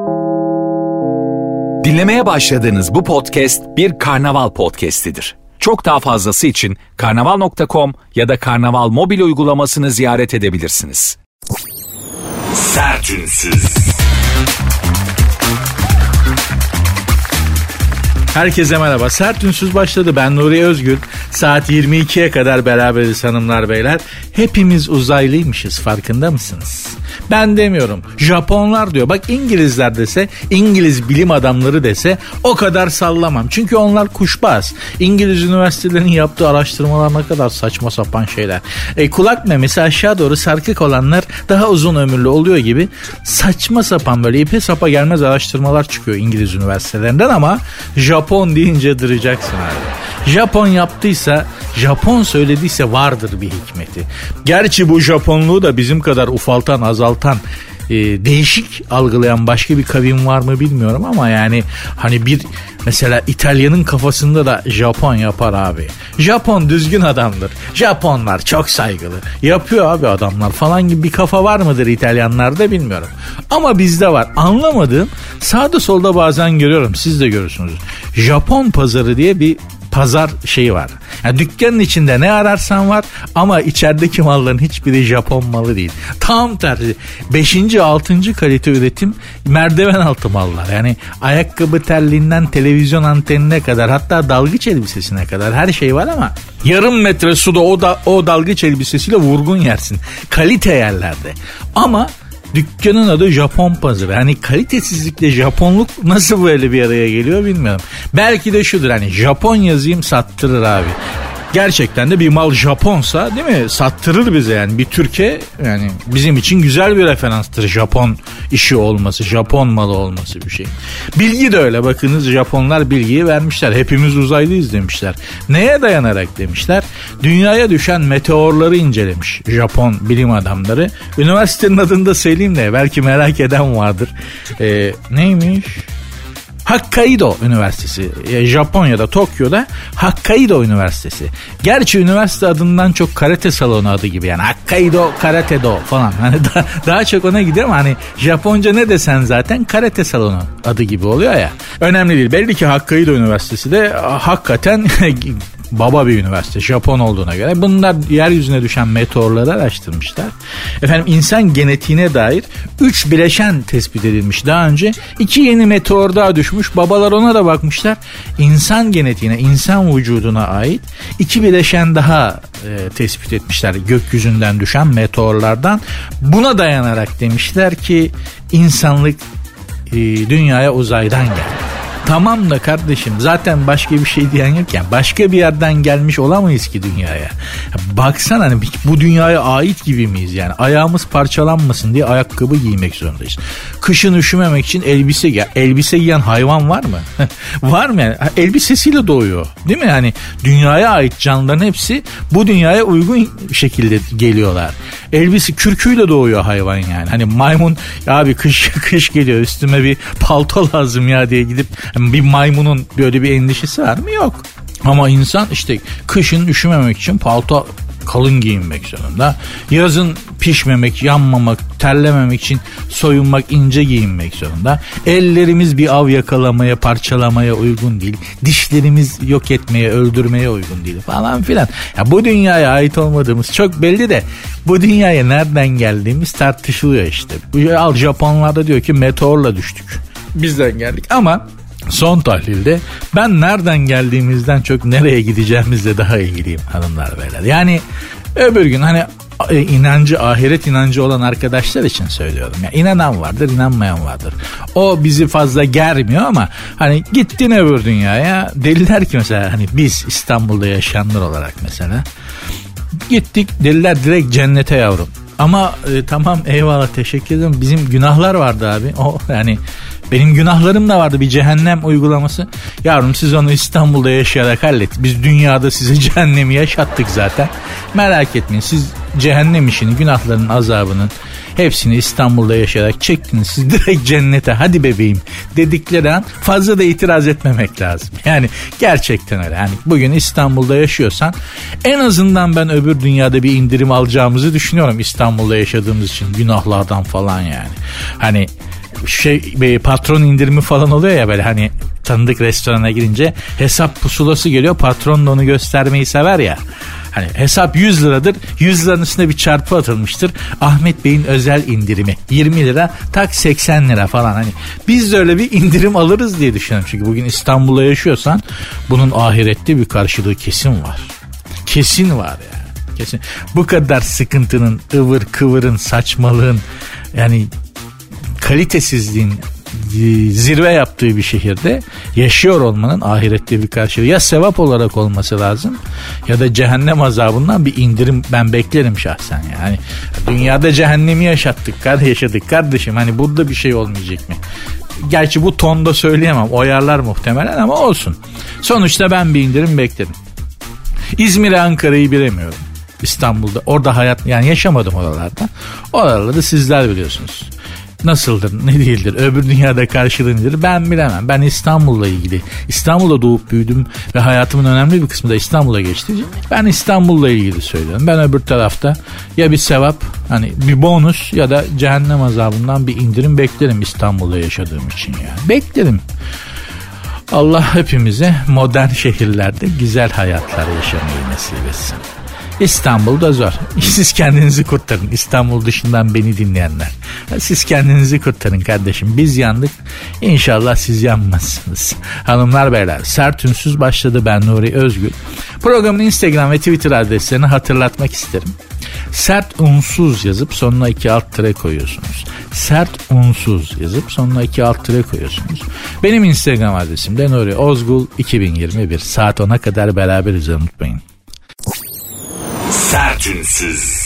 Dinlemeye başladığınız bu podcast bir karnaval podcastidir. Çok daha fazlası için karnaval.com ya da karnaval mobil uygulamasını ziyaret edebilirsiniz. Sertünsüz. Herkese merhaba. Sertünsüz başladı. Ben Nuri Özgül. Saat 22'ye kadar beraberiz hanımlar beyler. Hepimiz uzaylıymışız, farkında mısınız? Ben demiyorum. Japonlar diyor. Bak İngilizler dese, İngiliz bilim adamları dese o kadar sallamam. Çünkü onlar kuşbaz. İngiliz üniversitelerinin yaptığı araştırmalar ne kadar saçma sapan şeyler. Kulak memesi aşağı doğru sarkık olanlar daha uzun ömürlü oluyor gibi saçma sapan böyle ipe sapa gelmez araştırmalar çıkıyor İngiliz üniversitelerinden ama Japon deyince duracaksın abi. Japon yaptıysa, Japon söylediyse vardır bir hikmeti. Gerçi bu Japonluğu da bizim kadar ufaltan, azaltan, değişik algılayan başka bir kavim var mı bilmiyorum ama yani hani bir mesela İtalyanın kafasında da Japon yapar abi. Japon düzgün adamdır. Japonlar çok saygılı. Yapıyor abi adamlar falan gibi bir kafa var mıdır İtalyanlarda bilmiyorum. Ama bizde var. Anlamadığım, sağda solda bazen görüyorum. Siz de görürsünüz. Japon pazarı diye bir pazar şeyi var. Yani dükkanın içinde ne ararsan var ama içerideki malların hiçbiri Japon malı değil. Tam tersi. 5. 6. kalite üretim merdiven altı mallar. Yani ayakkabı terliğinden televizyon antenine kadar, hatta dalgıç elbisesine kadar her şey var ama yarım metre suda o dalgıç elbisesiyle vurgun yersin. Kalite yerlerde. Ama dükkanın adı Japon pazarı. Hani kalitesizlikle Japonluk nasıl böyle bir araya geliyor bilmiyorum. Belki de şudur, hani Japon yazayım sattırır abi. Gerçekten de bir mal Japonsa değil mi? Sattırır bize yani. Bir Türkiye yani bizim için güzel bir referanstır Japon işi olması, Japon malı olması bir şey. Bilgi de öyle, bakınız Japonlar bilgiyi vermişler. Hepimiz uzaylıyız demişler. Neye dayanarak demişler? Dünyaya düşen meteorları incelemiş Japon bilim adamları. Üniversitenin adını da söyleyeyim de belki merak eden vardır. Neymiş? Hokkaido Üniversitesi, Japonya'da, Tokyo'da Hokkaido Üniversitesi. Gerçi üniversite adından çok karate salonu adı gibi, yani Hokkaido Karate Do falan. Hani daha çok ona gidiyor ama hani Japonca ne desen zaten karate salonu adı gibi oluyor ya. Önemli değil. Belli ki Hokkaido Üniversitesi de hakikaten baba bir üniversite, Japon olduğuna göre. Bunlar yeryüzüne düşen meteorları araştırmışlar. Efendim insan genetiğine dair 3 bileşen tespit edilmiş daha önce. 2 yeni meteor daha düşmüş. Babalar ona da bakmışlar. İnsan genetiğine, insan vücuduna ait 2 bileşen daha tespit etmişler gökyüzünden düşen meteorlardan. Buna dayanarak demişler ki insanlık dünyaya uzaydan geldi. Tamam da kardeşim zaten başka bir şey diyen yok ya. Başka bir yerden gelmiş olamayız ki dünyaya. Baksana hani bu dünyaya ait gibi miyiz yani? Ayağımız parçalanmasın diye ayakkabı giymek zorundayız. Kışın üşümemek için elbise giyen hayvan var mı? Var mı yani? Elbisesiyle doğuyor. Değil mi? Yani dünyaya ait canlıların hepsi bu dünyaya uygun şekilde geliyorlar. Elbise kürküyle doğuyor hayvan yani. Hani maymun abi kış geliyor üstüme bir palto lazım ya diye gidip bir maymunun böyle bir endişesi var mı? Yok. Ama insan işte kışın üşümemek için palto kalın giyinmek zorunda. Yazın pişmemek, yanmamak, terlememek için soyunmak, ince giyinmek zorunda. Ellerimiz bir av yakalamaya, parçalamaya uygun değil. Dişlerimiz yok etmeye, öldürmeye uygun değil falan filan. Ya bu dünyaya ait olmadığımız çok belli de bu dünyaya nereden geldiğimiz tartışılıyor işte. Al Japonlarda diyor ki meteorla düştük. Bizden geldik ama son tahlilde ben nereden geldiğimizden çok nereye gideceğimizle daha ilgiliyim hanımlar beyler. Yani öbür gün hani inancı, ahiret inancı olan arkadaşlar için söylüyorum. Yani inanan vardır, inanmayan vardır. O bizi fazla germiyor ama hani gittin öbür dünyaya, dediler ki mesela hani biz İstanbul'da yaşayanlar olarak mesela gittik, dediler direkt cennete yavrum. Ama tamam eyvallah teşekkür ederim, bizim günahlar vardı abi. O yani benim günahlarım da vardı, bir cehennem uygulaması. Yavrum siz onu İstanbul'da yaşayarak hallet. Biz dünyada size cehennemi yaşattık zaten. Merak etmeyin, siz cehennem işini, günahların azabının hepsini İstanbul'da yaşayarak çektiniz. Siz direkt cennete hadi bebeğim dedikleri an fazla da itiraz etmemek lazım. Yani gerçekten öyle. Yani bugün İstanbul'da yaşıyorsan en azından ben öbür dünyada bir indirim alacağımızı düşünüyorum İstanbul'da yaşadığımız için, günahlardan falan yani. Hani patron indirimi falan oluyor ya böyle hani tanıdık restorana girince hesap pusulası geliyor. Patron da onu göstermeyi sever ya. Hani hesap 100 liradır. 100 liranın üstüne bir çarpı atılmıştır. Ahmet Bey'in özel indirimi 20 lira tak 80 lira falan. Hani biz de öyle bir indirim alırız diye düşünüyorum. Çünkü bugün İstanbul'da yaşıyorsan bunun ahirette bir karşılığı kesin var. Kesin var yani. Kesin. Bu kadar sıkıntının, ıvır kıvırın, saçmalığın yani kalitesizliğin zirve yaptığı bir şehirde yaşıyor olmanın ahirette bir karşılığı ya sevap olarak olması lazım ya da cehennem azabından bir indirim ben beklerim şahsen yani. Dünyada cehennemi yaşadık kardeşim, hani burada bir şey olmayacak mı? Gerçi bu tonda söyleyemem, oyarlar muhtemelen ama olsun. Sonuçta ben bir indirim beklerim. İzmir'e, Ankara'yı bilemiyorum. İstanbul'da orada hayat yani yaşamadım oralarda. Oraları sizler biliyorsunuz. Nasıldır, ne değildir, öbür dünyada karşılığı nedir ben bilemem. Ben İstanbul'la ilgili, İstanbul'da doğup büyüdüm ve hayatımın önemli bir kısmı da İstanbul'a geçti. Ben İstanbul'la ilgili söylüyorum. Ben öbür tarafta ya bir sevap, hani bir bonus ya da cehennem azabından bir indirim beklerim İstanbul'da yaşadığım için yani. Beklerim. Allah hepimize modern şehirlerde güzel hayatlar yaşamayı nasip etsin. İstanbul'da zor. Siz kendinizi kurtarın. İstanbul dışından beni dinleyenler. Siz kendinizi kurtarın kardeşim. Biz yandık. İnşallah siz yanmazsınız. Hanımlar beyler, Sert Ünsüz başladı. Ben Nuri Özgül. Programın Instagram ve Twitter adreslerini hatırlatmak isterim. Sert Unsuz yazıp sonuna 2 alt tire koyuyorsunuz. Sert Unsuz yazıp sonuna 2 alt tire koyuyorsunuz. Benim Instagram adresim de Nuri Özgül 2021. Saat 10'a kadar beraberiz, unutmayın. Sertünsüz.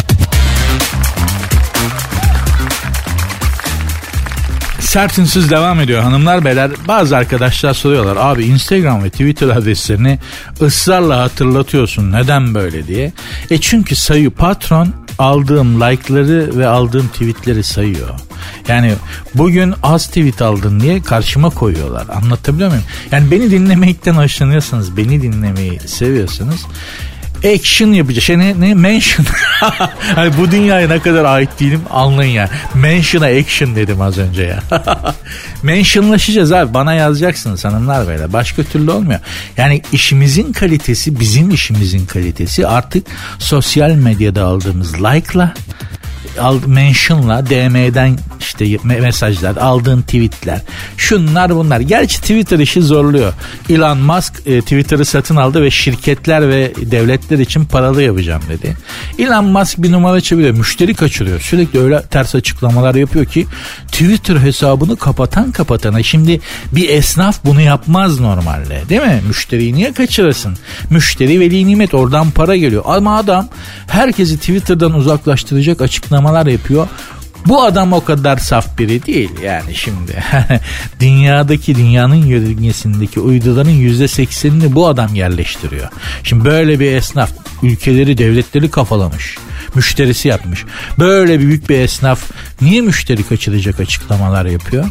Sertünsüz devam ediyor hanımlar beyler. Bazı arkadaşlar soruyorlar, abi Instagram ve Twitter adreslerini ısrarla hatırlatıyorsun, neden böyle diye. Çünkü patron aldığım like'ları ve aldığım tweetleri sayıyor. Yani bugün az tweet aldın diye karşıma koyuyorlar. Anlatabiliyor muyum? Yani beni dinlemekten hoşlanıyorsanız, beni dinlemeyi seviyorsanız action yapacağız. Ne? Mention. Hani bu dünyaya ne kadar ait değilim anlayın ya. Mention'a action dedim az önce ya. Mentionlaşacağız abi. Bana yazacaksınız hanımlar böyle. Başka türlü olmuyor. Yani işimizin kalitesi, bizim işimizin kalitesi artık sosyal medyada aldığımız like'la, mention'la, DM'den işte mesajlar, aldığın tweetler, şunlar bunlar. Gerçi Twitter işi zorluyor. Elon Musk Twitter'ı satın aldı ve şirketler ve devletler için paralı yapacağım dedi. Elon Musk bir numara çeviriyor, müşteri kaçırıyor. Sürekli öyle ters açıklamalar yapıyor ki Twitter hesabını kapatana, şimdi bir esnaf bunu yapmaz normalde, değil mi? Müşteriyi niye kaçırırsın? Müşteri veli nimet, oradan para geliyor. Ama adam herkesi Twitter'dan uzaklaştıracak açıklamalar yapıyor. Bu adam o kadar saf biri değil yani şimdi. Dünyanın yörüngesindeki uyduların %80'ini bu adam yerleştiriyor. Şimdi böyle bir esnaf ülkeleri, devletleri kafalamış. Müşterisi yapmış. Böyle büyük bir esnaf niye müşteri kaçıracak açıklamalar yapıyor?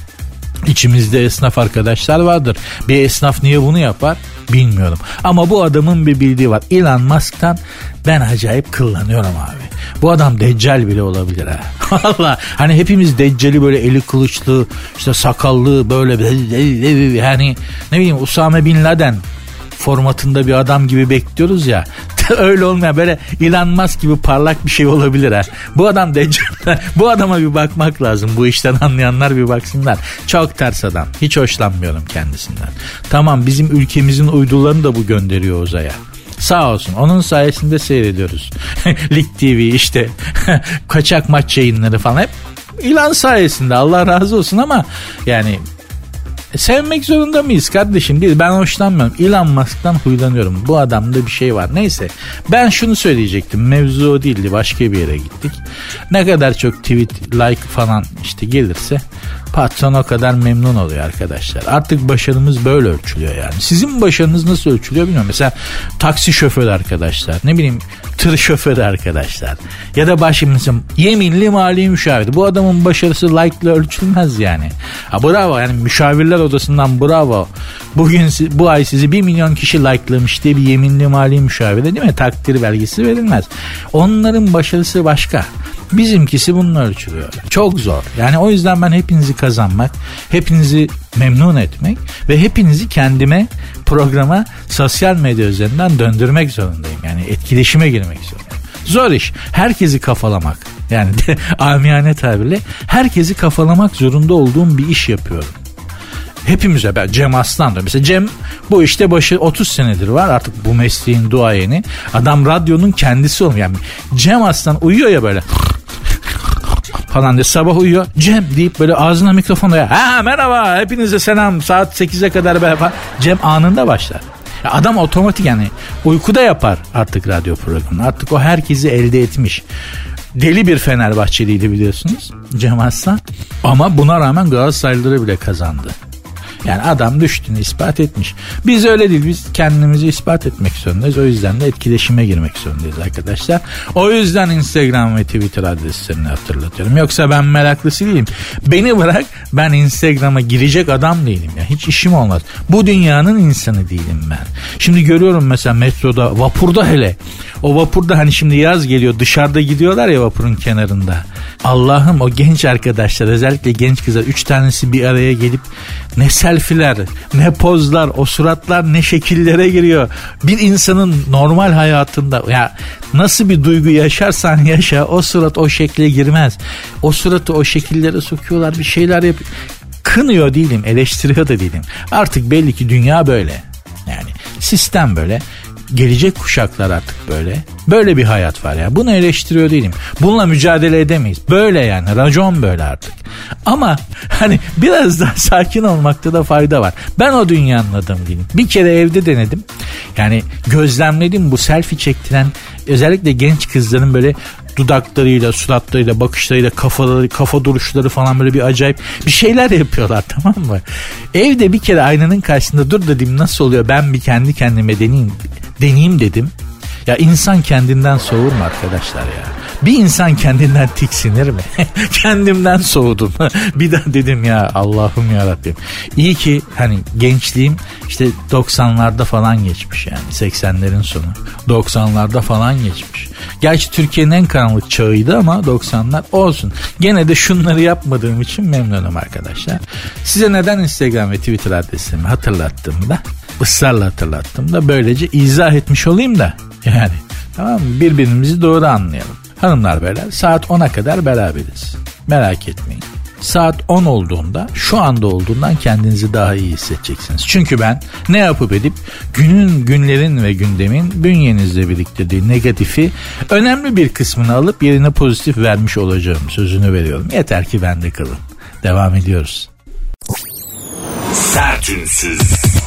İçimizde esnaf arkadaşlar vardır. Bir esnaf niye bunu yapar? Bilmiyorum. Ama bu adamın bir bildiği var. Elon Musk'tan ben acayip kıllanıyorum abi. Bu adam deccal bile olabilir ha. Valla hani hepimiz deccali böyle eli kılıçlı, işte sakallı, böyle yani ne bileyim Usame Bin Laden formatında bir adam gibi bekliyoruz ya. Öyle olmuyor, böyle Elon Musk gibi parlak bir şey olabilir ha. Bu adam deccal. Bu adama bir bakmak lazım. Bu işten anlayanlar bir baksınlar. Çok ters adam. Hiç hoşlanmıyorum kendisinden. Tamam, bizim ülkemizin uydularını da bu gönderiyor uzaya. Sağ olsun. Onun sayesinde seyrediyoruz. Lig TV işte kaçak maç yayınları falan hep Elon sayesinde. Allah razı olsun ama yani sevmek zorunda mıyız kardeşim? Değil. Ben hoşlanmıyorum. Elon Musk'tan huylanıyorum. Bu adamda bir şey var. Neyse. Ben şunu söyleyecektim. Mevzu o değildi. Başka bir yere gittik. Ne kadar çok tweet, like falan işte gelirse patron o kadar memnun oluyor arkadaşlar. Artık başarımız böyle ölçülüyor yani. Sizin başarınız nasıl ölçülüyor bilmiyorum. Mesela taksi şoförü arkadaşlar. Ne bileyim tır şoförü arkadaşlar. Ya da mesela yeminli mali müşavir. Bu adamın başarısı like ile ölçülmez yani. Ha bravo yani müşavirler Sözler Odası'ndan bravo. Bugün bu ay sizi 1 milyon kişi likelamış diye bir yeminli mali müşavire değil mi? Takdir belgesi verilmez. Onların başarısı başka. Bizimkisi bununla ölçülüyor. Çok zor. Yani o yüzden ben hepinizi kazanmak, hepinizi memnun etmek ve hepinizi kendime, programa, sosyal medya üzerinden döndürmek zorundayım. Yani etkileşime girmek zorundayım. Zor iş. Herkesi kafalamak. Yani amiyane tabirle herkesi kafalamak zorunda olduğum bir iş yapıyorum. Hepimize, ben Cem Aslan da mesela, Cem bu işte başı 30 senedir var artık, bu mesleğin duayeni. Adam radyonun kendisi olmuyor. Yani Cem Aslan uyuyor ya böyle falan diye, sabah uyuyor. Cem deyip böyle ağzına mikrofonu ya, merhaba hepinize selam, saat 8'e kadar beraber. Cem anında başlar. Ya adam otomatik, yani uykuda yapar artık radyo programını. Artık o herkesi elde etmiş. Deli bir Fenerbahçeliydi biliyorsunuz Cem Aslan. Ama buna rağmen Galatasaraylıları bile kazandı. Yani adam düştüğünü ispat etmiş. Biz öyle değil. Biz kendimizi ispat etmek zorundayız. O yüzden de etkileşime girmek zorundayız arkadaşlar. O yüzden Instagram ve Twitter adreslerini hatırlatıyorum. Yoksa ben meraklısı değilim. Beni bırak, ben Instagram'a girecek adam değilim. Yani hiç işim olmaz. Bu dünyanın insanı değilim ben. Şimdi görüyorum mesela metroda, vapurda hele. O vapurda hani şimdi yaz geliyor, dışarıda gidiyorlar ya vapurun kenarında. Allah'ım, o genç arkadaşlar, özellikle genç kızlar, 3 tanesi bir araya gelip ne selfiler, ne pozlar, o suratlar ne şekillere giriyor. Bir insanın normal hayatında ya nasıl bir duygu yaşarsan yaşa, o surat o şekle girmez. O suratı o şekillere sokuyorlar, bir şeyler yapıyor. Kınıyor değilim, eleştiriyor da değilim. Artık belli ki dünya böyle. Yani sistem böyle. Gelecek kuşaklar artık böyle. Böyle bir hayat var ya. Bunu eleştiriyor değilim. Bununla mücadele edemeyiz. Böyle yani. Racon böyle artık. Ama hani biraz daha sakin olmakta da fayda var. Ben o dünyanın adamı değilim. Bir kere evde denedim. Yani gözlemledim, bu selfie çektiren özellikle genç kızların böyle dudaklarıyla, suratlarıyla, bakışlarıyla, kafa duruşları falan böyle bir acayip bir şeyler yapıyorlar, tamam mı? Evde bir kere aynanın karşısında dur dedim, nasıl oluyor, ben bir kendi kendime deneyeyim dedim. Ya insan kendinden soğur mu arkadaşlar ya? Bir insan kendinden tiksinir mi? Kendimden soğudum. Bir daha dedim ya Allah'ım yarabbim. İyi ki hani gençliğim işte 90'larda falan geçmiş yani. 80'lerin sonu. 90'larda falan geçmiş. Gerçi Türkiye'nin en karanlık çağıydı ama 90'lar olsun. Gene de şunları yapmadığım için memnunum arkadaşlar. Size neden Instagram ve Twitter adresimi hatırlattığımda, ısrarla hatırlattığımda böylece izah etmiş olayım da yani, tamam mı? Birbirimizi doğru anlayalım. Hanımlar beyler, saat 10'a kadar beraberiz. Merak etmeyin. Saat 10 olduğunda, şu anda olduğundan kendinizi daha iyi hissedeceksiniz. Çünkü ben ne yapıp edip günlerin ve gündemin bünyenizle biriktirdiği negatifi önemli bir kısmını alıp yerine pozitif vermiş olacağım sözünü veriyorum. Yeter ki bende kalın. Devam ediyoruz. Sertünsüz.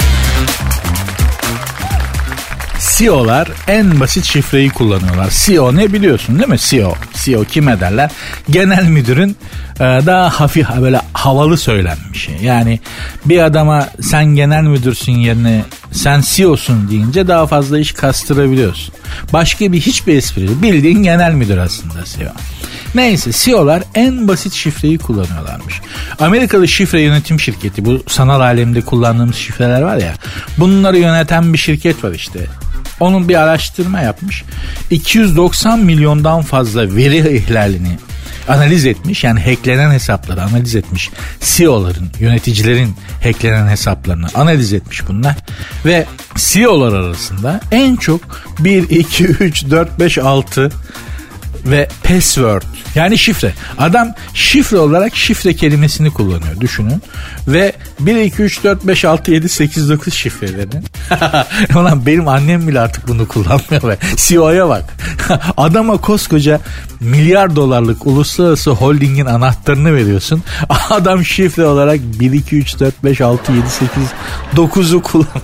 CEO'lar en basit şifreyi kullanıyorlar. CEO ne biliyorsun değil mi? CEO kime derler? Genel müdürün daha hafif, böyle havalı söylenmişi. Yani bir adama sen genel müdürsün yerine sen CEO'sun deyince daha fazla iş kastırabiliyorsun. Başka hiçbir espri, bildiğin genel müdür aslında CEO. Neyse, CEO'lar en basit şifreyi kullanıyorlarmış. Amerikalı şifre yönetim şirketi, bu sanal alemde kullandığımız şifreler var ya, bunları yöneten bir şirket var işte. Onun bir araştırma yapmış. 290 milyondan fazla veri ihlalini analiz etmiş. Yani hacklenen hesapları analiz etmiş. CEO'ların, yöneticilerin hacklenen hesaplarını analiz etmiş bunlar. Ve CEO'lar arasında en çok 1, 2, 3, 4, 5, 6 ve password, yani şifre. Adam şifre olarak şifre kelimesini kullanıyor, düşünün. Ve 1, 2, 3, 4, 5, 6, 7, 8, 9 şifrelerini. Ulan benim annem bile artık bunu kullanmıyor be. CEO'ya bak. Adama koskoca milyar dolarlık uluslararası holdingin anahtarını veriyorsun. Adam şifre olarak 1, 2, 3, 4, 5, 6, 7, 8, 9'u kullanıyor.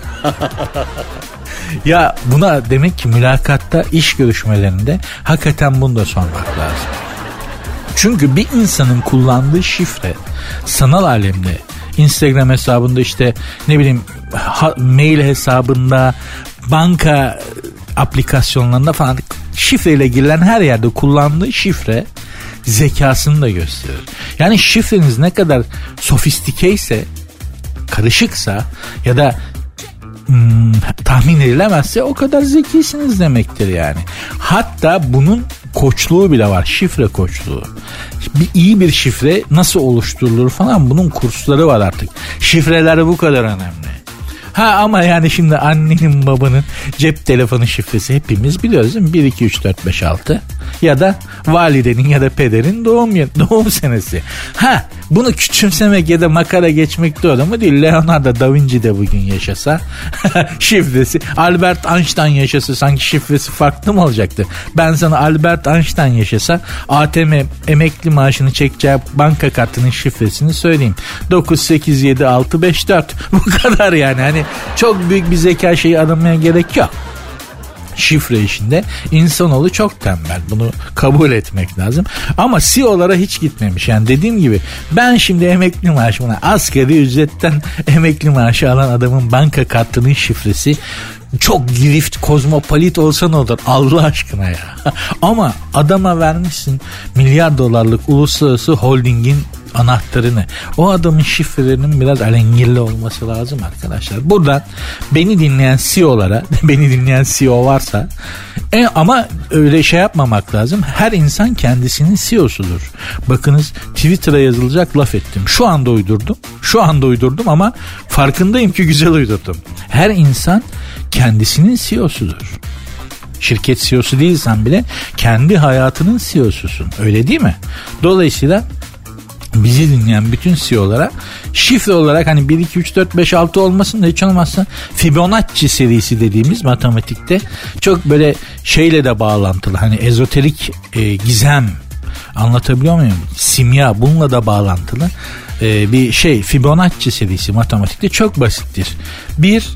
Ya buna demek ki mülakatta, iş görüşmelerinde hakikaten bunu da sormak lazım. Çünkü bir insanın kullandığı şifre sanal alemde, Instagram hesabında, işte ne bileyim mail hesabında, banka aplikasyonlarında falan şifreyle girilen her yerde kullandığı şifre zekasını da gösterir. Yani şifreniz ne kadar sofistike ise karışıksa ya da tahmin edilemezse o kadar zekisiniz demektir yani. Hatta bunun koçluğu bile var. Şifre koçluğu. İyi bir şifre nasıl oluşturulur falan, bunun kursları var artık. Şifreler bu kadar önemli. Ama yani şimdi annenin babanın cep telefonu şifresi hepimiz biliyoruz değil mi? 1, 2, 3, 4, 5, 6 ya da validenin ya da pederin doğum senesi. Bunu küçümsemek ya da makara geçmek doğru mu değil. Leonardo da Vinci de bugün yaşasa şifresi, Albert Einstein yaşasa sanki şifresi farklı mı olacaktı? Ben sana Albert Einstein yaşasa ATM emekli maaşını çekeceği banka kartının şifresini söyleyeyim. 9876554 bu kadar yani. Hani çok büyük bir zeka şeyi aramaya gerek yok. Şifre işinde insanoğlu çok tembel. Bunu kabul etmek lazım. Ama CEO'lara hiç gitmemiş. Yani dediğim gibi ben şimdi emekli maaşımına, asgari ücretten emekli maaşı alan adamın banka kartının şifresi çok girift, kozmopolit olsa ne olur Allah aşkına ya. Ama adama vermişsin milyar dolarlık uluslararası holdingin anahtarını. O adamın şifrelerinin biraz alengirli olması lazım arkadaşlar. Buradan beni dinleyen CEO'lara, beni dinleyen CEO varsa ama öyle şey yapmamak lazım. Her insan kendisinin CEO'sudur. Bakınız, Twitter'a yazılacak laf ettim. Şu anda uydurdum ama farkındayım ki güzel uydurdum. Her insan kendisinin CEO'sudur. Şirket CEO'su değilsen bile kendi hayatının CEO'susun. Öyle değil mi? Dolayısıyla bizi dinleyen bütün CEO'lara şifre olarak hani 1, 2, 3, 4, 5, 6 olmasın da hiç olmazsa Fibonacci serisi dediğimiz matematikte çok böyle şeyle de bağlantılı. Hani ezoterik gizem, anlatabiliyor muyum? Simya, bununla da bağlantılı bir şey. Fibonacci serisi matematikte çok basittir. 1,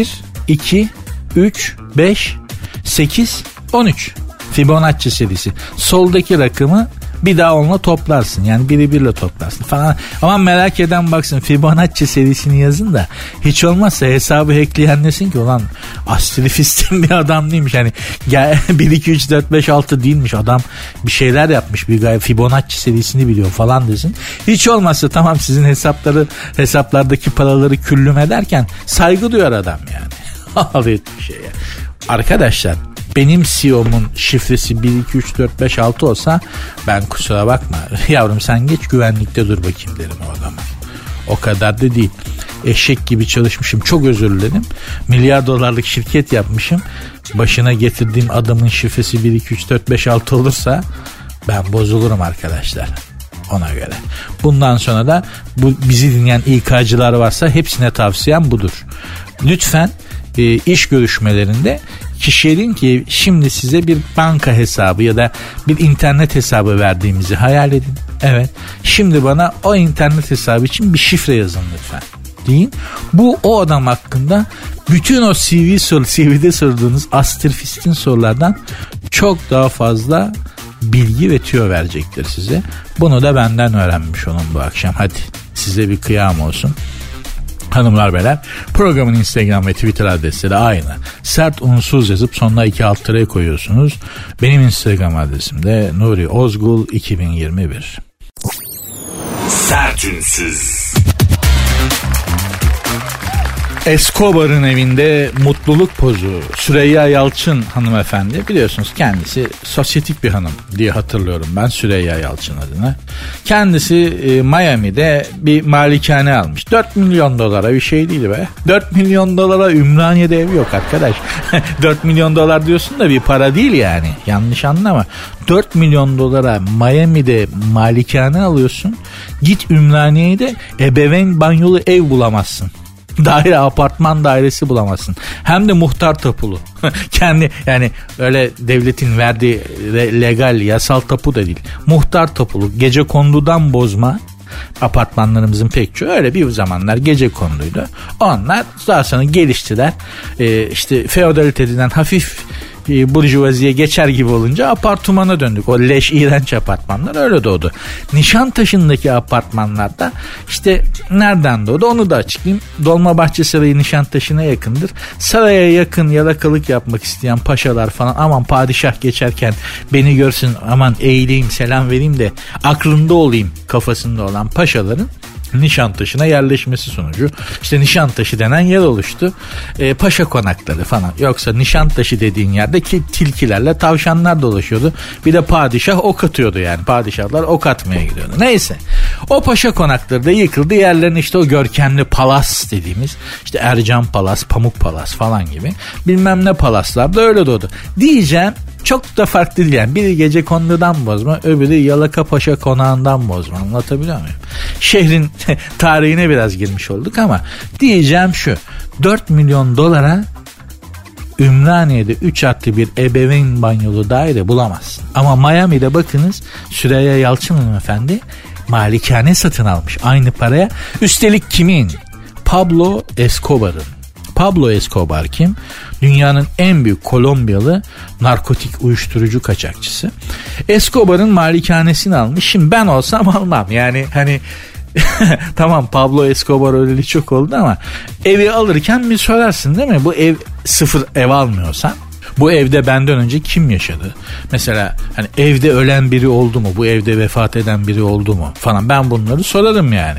2, 3, 5, 8, 13 Fibonacci serisi. Soldaki rakamı bir daha onunla toplarsın. Yani biri birle toplarsın falan. Ama merak eden baksın, Fibonacci serisini yazın da hiç olmazsa hesabı hackleyen desin ki ulan astrofistin bir adam değilmiş. Yani 1, 2, 3, 4, 5, 6 değilmiş. Adam bir şeyler yapmış. Bir gayet Fibonacci serisini biliyor falan desin. Hiç olmazsa tamam, sizin hesaplardaki paraları küllüm ederken saygı duyar adam yani. Hayret bir şey ya. Arkadaşlar, benim CEO'mun şifresi 1, 2, 3, 4, 5, 6 olsa ben kusura bakma yavrum sen geç güvenlikte dur bakayım derim o adama. O kadar da değil. Eşek gibi çalışmışım, çok özür dilerim. Milyar dolarlık şirket yapmışım. Başına getirdiğim adamın şifresi 1, 2, 3, 4, 5, 6 olursa ben bozulurum arkadaşlar. Ona göre. Bundan sonra da bu bizi dinleyen İK'cılar varsa hepsine tavsiyem budur. Lütfen iş görüşmelerinde kişiye deyin ki şimdi size bir banka hesabı ya da bir internet hesabı verdiğimizi hayal edin. Evet. Şimdi bana o internet hesabı için bir şifre yazın lütfen deyin. Bu o adam hakkında bütün o CV'de sorduğunuz astrofistin sorulardan çok daha fazla bilgi ve tüyo verecektir size. Bunu da benden öğrenmiş olun bu akşam. Hadi size bir kıyam olsun. Hanımlar beyler, programın Instagram ve Twitter adresleri aynı. Sert unsuz yazıp sonuna 2 alt tere koyuyorsunuz. Benim Instagram adresim de Nuri Ozgul 2021. Sert unsuz. Escobar'ın evinde mutluluk pozu. Süreyya Yalçın hanımefendi, biliyorsunuz kendisi sosyetik bir hanım diye hatırlıyorum ben Süreyya Yalçın adına. Kendisi Miami'de bir malikane almış. 4 milyon dolara bir şey değil be. 4 milyon dolara Ümraniye'de ev yok arkadaş. 4 milyon dolar diyorsun da bir para değil yani. Yanlış anlama. 4 milyon dolara Miami'de malikane alıyorsun. Git Ümraniye'de ebeveyn banyolu ev bulamazsın. Apartman dairesi bulamazsın. Hem de muhtar tapulu. Kendi yani öyle devletin verdiği legal yasal tapu da değil. Muhtar tapulu, gecekondudan bozma apartmanlarımızın pek çoğu öyle bir zamanlar gecekonduydu. Onlar daha sonra geliştiler. İşte feodaliteden hafif burjuvaziye geçer gibi olunca apartmana döndük. O leş iğrenç apartmanlar öyle doğdu. Nişantaşı'ndaki apartmanlarda işte nereden doğdu onu da açıklayayım. Dolmabahçe Sarayı Nişantaşı'na yakındır. Saraya yakın yalakalık yapmak isteyen paşalar falan, aman padişah geçerken beni görsün, aman eğileyim selam vereyim de aklında olayım kafasında olan paşaların Nişantaşı'na yerleşmesi sonucu işte Nişantaşı denen yer oluştu. Paşa konakları falan. Yoksa Nişantaşı dediğin yerde tilkilerle tavşanlar dolaşıyordu. Bir de padişah ok atıyordu yani. Padişahlar ok atmaya gidiyordu. Neyse. O paşa konakları da yıkıldı. Yerlerine işte o görkemli palas dediğimiz işte Ercan Palas, Pamuk Palas falan gibi bilmem ne palaslar da öyle doğdu. Diyeceğim çok da farklı değil yani. Biri Gecekondu'dan bozma, öbürü Yalaka Paşa Konağı'ndan bozma. Anlatabiliyor muyum? Şehrin tarihine biraz girmiş olduk ama diyeceğim şu. 4 milyon dolara Ümraniye'de 3 artı bir ebeveyn banyolu daire bulamazsın. Ama Miami'de bakınız Süreyya Yalçın hanımefendi malikane satın almış aynı paraya. Üstelik kimin? Pablo Escobar'ın. Pablo Escobar kim? Dünyanın en büyük Kolombiyalı narkotik uyuşturucu kaçakçısı. Escobar'ın malikanesini almış. Şimdi ben olsam almam. Yani hani tamam Pablo Escobar öyleli çok oldu ama evi alırken bir sorarsın değil mi? Bu ev sıfır ev almıyorsan bu evde benden önce kim yaşadı? Mesela hani evde ölen biri oldu mu? Bu evde vefat eden biri oldu mu? Falan ben bunları sorarım yani.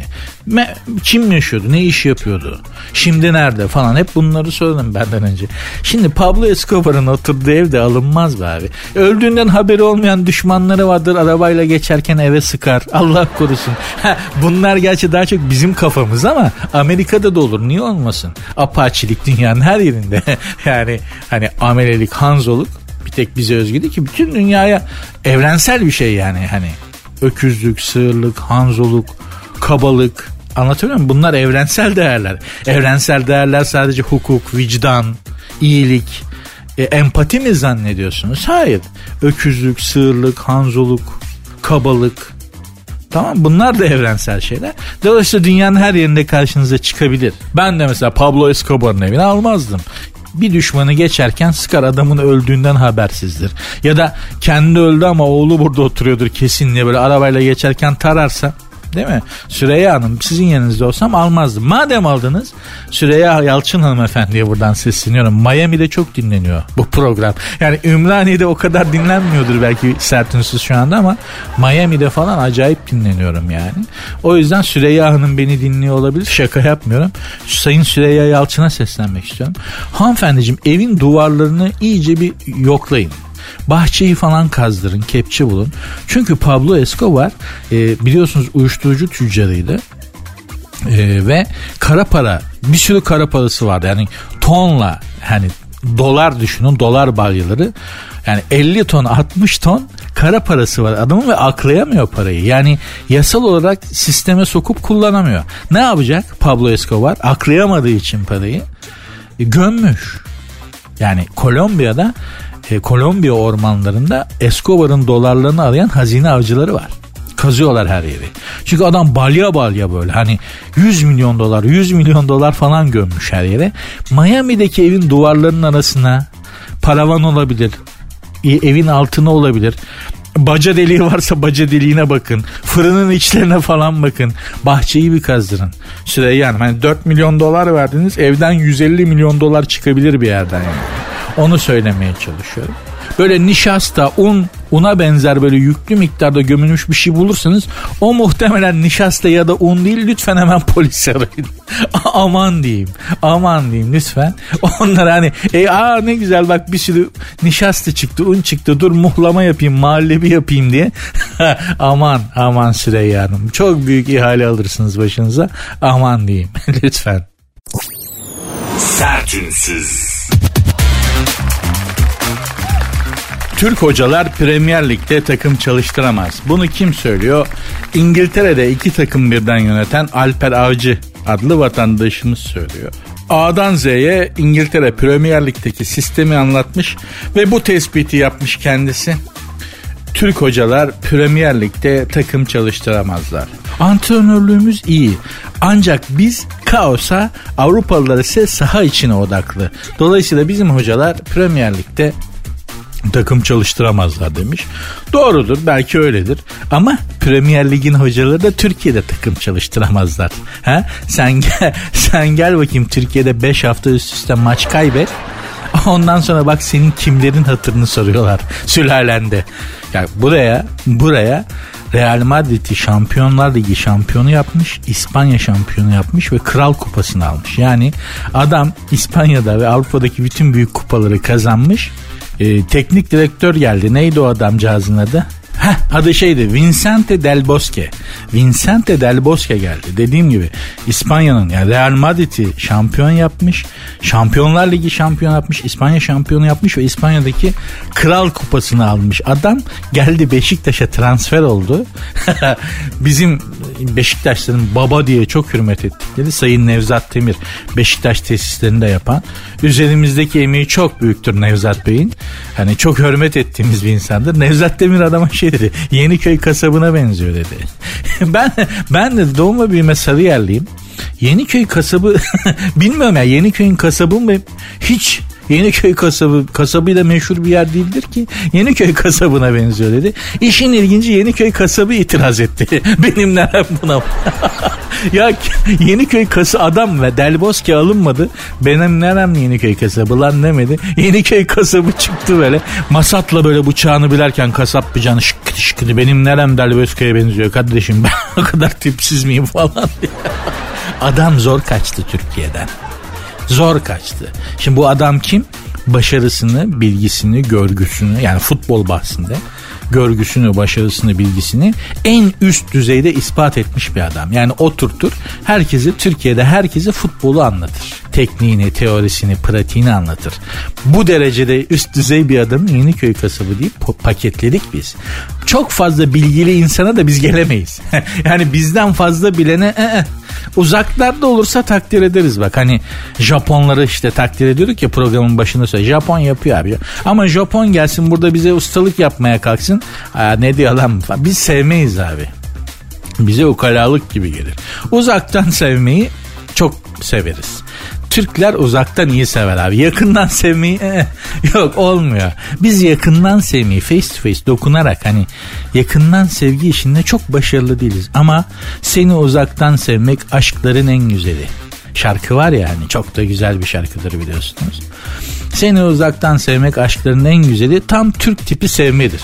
Kim yaşıyordu? Ne iş yapıyordu? Şimdi nerede? Falan hep bunları sorarım benden önce. Şimdi Pablo Escobar'ın oturduğu evde alınmaz be abi. Öldüğünden haberi olmayan düşmanları vardır. Arabayla geçerken eve sıkar. Allah korusun. Bunlar gerçi daha çok bizim kafamız ama Amerika'da da olur. Niye olmasın? Apaçilik dünyanın her yerinde. Yani hani amelelik, hanzoluk bir tek bize özgü değil ki bütün dünyaya evrensel bir şey yani hani öküzlük, sığırlık, hanzoluk, kabalık anlatabiliyor muyum? Bunlar evrensel değerler. Evrensel değerler sadece hukuk, vicdan, iyilik, empati mi zannediyorsunuz? Hayır. Öküzlük, sığırlık, hanzoluk, kabalık. Tamam bunlar da evrensel şeyler. Dolayısıyla dünyanın her yerinde karşınıza çıkabilir. Ben de mesela Pablo Escobar'ın evini almazdım. Bir düşmanı geçerken sıkar adamın öldüğünden habersizdir. Ya da kendi öldü ama oğlu burada oturuyordur kesin diye böyle arabayla geçerken tararsa değil mi? Süreyya Hanım sizin yerinizde olsam almazdım. Madem aldınız Süreyya Yalçın hanımefendiye buradan sesleniyorum. Miami'de çok dinleniyor bu program. Yani Ümraniye'de o kadar dinlenmiyordur belki Sert Ünsüz şu anda ama Miami'de falan acayip dinleniyorum yani. O yüzden Süreyya Hanım beni dinliyor olabilir. Şaka yapmıyorum. Sayın Süreyya Yalçın'a seslenmek istiyorum. Hanımefendiciğim evin duvarlarını iyice bir yoklayın. Bahçeyi falan kazdırın, kepçe bulun. Çünkü Pablo Escobar biliyorsunuz uyuşturucu tüccarıydı. Ve kara para, bir sürü kara parası vardı. Yani tonla hani dolar düşünün, dolar balyaları. Yani 50 ton 60 ton kara parası var adamın ve aklayamıyor parayı. Yani yasal olarak sisteme sokup kullanamıyor. Ne yapacak Pablo Escobar? Aklayamadığı için parayı gömmüş. Yani Kolombiya'da Kolombiya ormanlarında Escobar'ın dolarlarını arayan hazine avcıları var. Kazıyorlar her yeri. Çünkü adam balya balya böyle hani 100 milyon dolar falan gömmüş her yere. Miami'deki evin duvarlarının arasına paravan olabilir. Evin altına olabilir. Baca deliği varsa baca deliğine bakın. Fırının içlerine falan bakın. Bahçeyi bir kazdırın. Süreyya Hanım hani 4 milyon dolar verdiniz evden 150 milyon dolar çıkabilir bir yerden yani. Onu söylemeye çalışıyorum. Böyle nişasta, una benzer böyle yüklü miktarda gömülmüş bir şey bulursanız o muhtemelen nişasta ya da un değil. Lütfen hemen polisi arayın. Aman diyeyim lütfen. Onlar hani ne güzel bak bir sürü nişasta çıktı, un çıktı. Dur muhlama yapayım, muhallebi yapayım diye. aman Süreyya Hanım. Çok büyük ihale alırsınız başınıza. Aman diyeyim lütfen. Sertünsüz. Türk hocalar Premier Lig'de takım çalıştıramaz. Bunu kim söylüyor? İngiltere'de 2 takım birden yöneten Alper Avcı adlı vatandaşımız söylüyor. A'dan Z'ye İngiltere Premier Lig'deki sistemi anlatmış ve bu tespiti yapmış kendisi. Türk hocalar Premier Lig'de takım çalıştıramazlar. Antrenörlüğümüz iyi. Ancak biz kaosa, Avrupalılar ise saha içine odaklı. Dolayısıyla bizim hocalar Premier Lig'de takım çalıştıramazlar demiş. Doğrudur, belki öyledir. Ama Premier Lig'in hocaları da Türkiye'de takım çalıştıramazlar. Sen gel bakayım Türkiye'de 5 hafta üst üste maç kaybet. Ondan sonra bak senin kimlerin hatırını soruyorlar sülalende. Yani buraya Real Madrid'i Şampiyonlar Ligi şampiyonu yapmış, İspanya şampiyonu yapmış ve Kral Kupası'nı almış. Yani adam İspanya'da ve Avrupa'daki bütün büyük kupaları kazanmış. Teknik direktör geldi. Neydi o adamcağızın adı? Adı şeydi, Vicente Del Bosque. Vicente Del Bosque geldi. Dediğim gibi İspanya'nın, yani Real Madrid'i şampiyon yapmış. Şampiyonlar Ligi şampiyon yapmış. İspanya şampiyonu yapmış ve İspanya'daki Kral Kupası'nı almış. Adam geldi Beşiktaş'a transfer oldu. Bizim Beşiktaşların baba diye çok hürmet ettikleri Sayın Nevzat Demir, Beşiktaş tesislerinde yapan, üzerimizdeki emeği çok büyüktür Nevzat Bey'in. Hani çok hürmet ettiğimiz bir insandır. Nevzat Demir adama şey dedi, Yeniköy kasabına benziyor dedi. ben de doğma büyüme Sarıyerliyim. Yeniköy kasabı bilmiyorum ya, Yeniköy'ün kasabı mı hiç, Yeniköy kasabıyla meşhur bir yer değildir ki, Yeniköy kasabına benziyor dedi. İşin ilginci, Yeniköy kasabı itiraz etti. Benim nerem buna. Ya Yeniköy adam ve Del Bosque alınmadı. Benim nerem Yeniköy kasabı lan demedi. Yeniköy kasabı çıktı böyle. Masatla böyle bıçağını bilerken kasap bıçağını şıkkıdı şıkkıdı. Benim nerem Del Bosque'ye benziyor kardeşim, ben o kadar tipsiz miyim falan diye. Adam zor kaçtı Türkiye'den. Zor kaçtı. Şimdi bu adam kim? Başarısını, bilgisini, görgüsünü, yani futbol bahsinde görgüsünü, başarısını, bilgisini en üst düzeyde ispat etmiş bir adam. Yani oturtur herkesi, Türkiye'de herkese futbolu anlatır. Tekniğini, teorisini, pratiğini anlatır. Bu derecede üst düzey bir adamın Yeniköy kasabı deyip paketledik biz. Çok fazla bilgili insana da biz gelemeyiz. Yani bizden fazla bilene uzaklarda olursa takdir ederiz bak. Hani Japonları işte takdir ediyorduk ya programın başında söyle. Japon yapıyor abi. Ama Japon gelsin burada bize ustalık yapmaya kalksın. Ne diyor lan? Biz sevmeyiz abi. Bize ukalalık gibi gelir. Uzaktan sevmeyi çok severiz. Türkler uzaktan iyi sever abi. Yakından sevmeyi yok, olmuyor. Biz yakından sevmeyi, face to face, dokunarak, hani yakından sevgi işinde çok başarılı değiliz. Ama seni uzaktan sevmek aşkların en güzeli. Şarkı var ya, hani çok da güzel bir şarkıdır biliyorsunuz. Seni uzaktan sevmek aşkların en güzeli, tam Türk tipi sevmedir.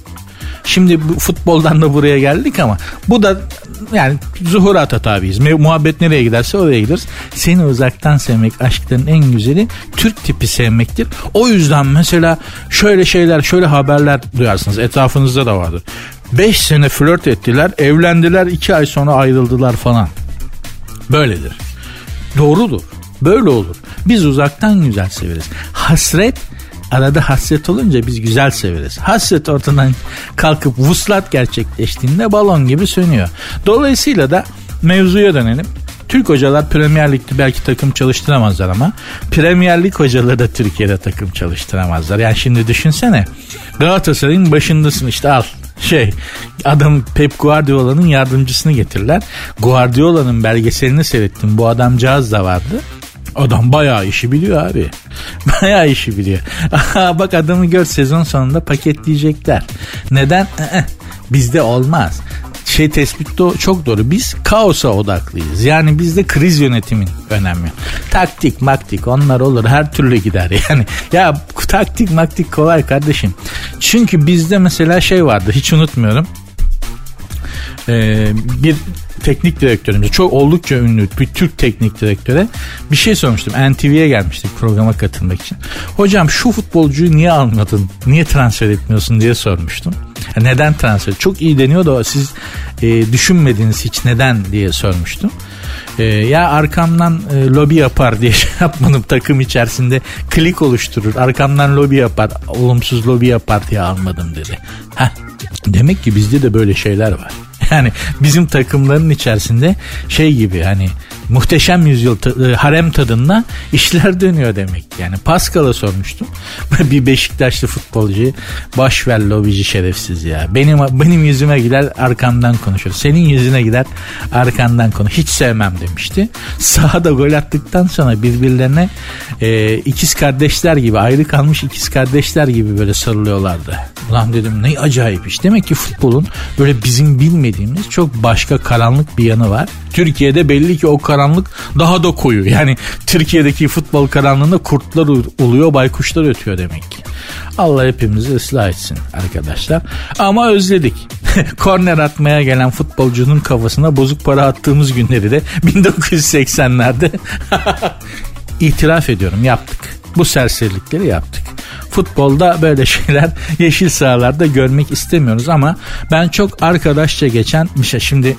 Şimdi bu futboldan da buraya geldik ama bu da yani zuhurata tabiiz. Muhabbet nereye giderse oraya gideriz. Seni uzaktan sevmek aşkların en güzeli Türk tipi sevmektir. O yüzden mesela şöyle şeyler, şöyle haberler duyarsınız. Etrafınızda da vardır. 5 sene flört ettiler, evlendiler, 2 ay sonra ayrıldılar falan. Böyledir. Doğrudur. Böyle olur. Biz uzaktan güzel severiz. Hasret, arada hasret olunca biz güzel severiz. Hasret ortadan kalkıp vuslat gerçekleştiğinde balon gibi sönüyor. Dolayısıyla da mevzuya dönelim. Türk hocalar Premier Lig'de belki takım çalıştıramazlar ama Premier Lig hocaları da Türkiye'de takım çalıştıramazlar. Yani şimdi düşünsene, Galatasaray'ın başındasın işte, al adam Pep Guardiola'nın yardımcısını getirdiler. Guardiola'nın belgeselini seyrettim. Bu adamcağız da vardı. Adam bayağı işi biliyor abi. Bayağı işi biliyor. Bak adamı gör, sezon sonunda paketleyecekler. Neden? Bizde olmaz. Tespit çok doğru. Biz kaosa odaklıyız. Yani bizde kriz yönetimin önemli. Taktik maktik onlar olur. Her türlü gider. Yani ya taktik maktik kolay kardeşim. Çünkü bizde mesela vardı. Hiç unutmuyorum. Bir teknik direktörümüz, çok oldukça ünlü bir Türk teknik direktöre bir şey sormuştum. NTV'ye gelmiştik programa katılmak için. Hocam şu futbolcuyu niye almadın? Niye transfer etmiyorsun diye sormuştum. Neden transfer? Çok iyi deniyor da siz düşünmediniz hiç neden diye sormuştum. Ya arkamdan lobi yapar diye yapmadım, takım içerisinde klik oluşturur, arkamdan lobi yapar, olumsuz lobi yapar diye almadım dedi. Demek ki bizde de böyle şeyler var. Yani bizim takımların içerisinde gibi, hani Muhteşem Yüzyıl harem tadında işler dönüyor demek. Yani Pascal'a sormuştum. Bir Beşiktaşlı futbolcu, boşver lobici şerefsiz ya. Benim yüzüme gider arkamdan konuşur. Senin yüzüne gider arkandan konuşur. Hiç sevmem demişti. Sahada gol attıktan sonra birbirlerine ikiz kardeşler gibi, ayrı kalmış ikiz kardeşler gibi böyle sarılıyorlardı. Ulan dedim ne acayip iş. Demek ki futbolun böyle bizim bilmediğimiz çok başka karanlık bir yanı var. Türkiye'de belli ki o karanlık karanlık daha da koyu. Yani Türkiye'deki futbol karanlığında kurtlar uluyor, baykuşlar ötüyor demek ki. Allah hepimizi ıslah etsin arkadaşlar. Ama özledik. Korner atmaya gelen futbolcunun kafasına bozuk para attığımız günleri de 1980'lerde itiraf ediyorum, yaptık. Bu serserilikleri yaptık. Futbolda böyle şeyler yeşil sahalarda görmek istemiyoruz ama ben çok arkadaşça geçen şimdi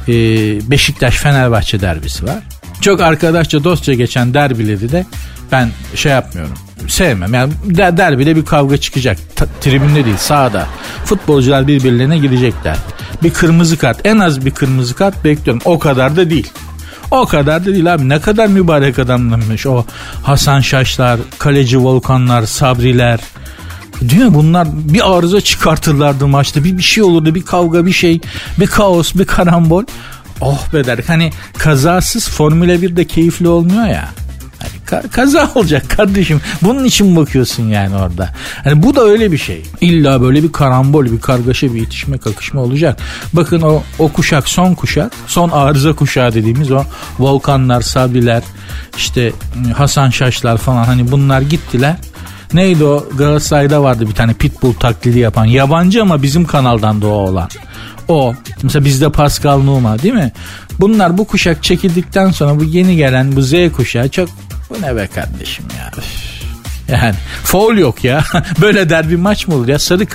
Beşiktaş-Fenerbahçe derbisi var. Çok arkadaşça dostça geçen derbileri de ben yapmıyorum. Sevmem. Yani derbide bir kavga çıkacak. Tribünde değil, sahada. Futbolcular birbirlerine girecekler. Bir kırmızı kart, en az bir kırmızı kart bekliyorum. O kadar da değil. O kadar da değil abi. Ne kadar mübarek adamlamış o Hasan Şaşlar, kaleci Volkanlar, Sabriler. Değil mi? Bunlar bir arıza çıkartırlardı maçta. Bir şey olurdu, bir kavga, bir şey, bir kaos, bir karambol. Oh be derdik. Hani kazasız Formula 1'de keyifli olmuyor ya. Hani kaza olacak kardeşim. Bunun için bakıyorsun yani orada. Hani bu da öyle bir şey. İlla böyle bir karambol, bir kargaşa, bir itişme, kakışma olacak. Bakın o kuşak, son kuşak, son arıza kuşağı dediğimiz o Volkanlar, Sabriler, işte Hasan Şaşlar falan, hani bunlar gittiler. Neydi o? Galatasaray'da vardı bir tane pitbull taklidi yapan. Yabancı ama bizim kanaldan da o olan. O. Mesela bizde Pascal Numa, değil mi? Bunlar, bu kuşak çekildikten sonra bu yeni gelen bu Z kuşağı çok, bu ne be kardeşim ya. Yani faul yok ya. Böyle derbi maç mı olur ya? Sarı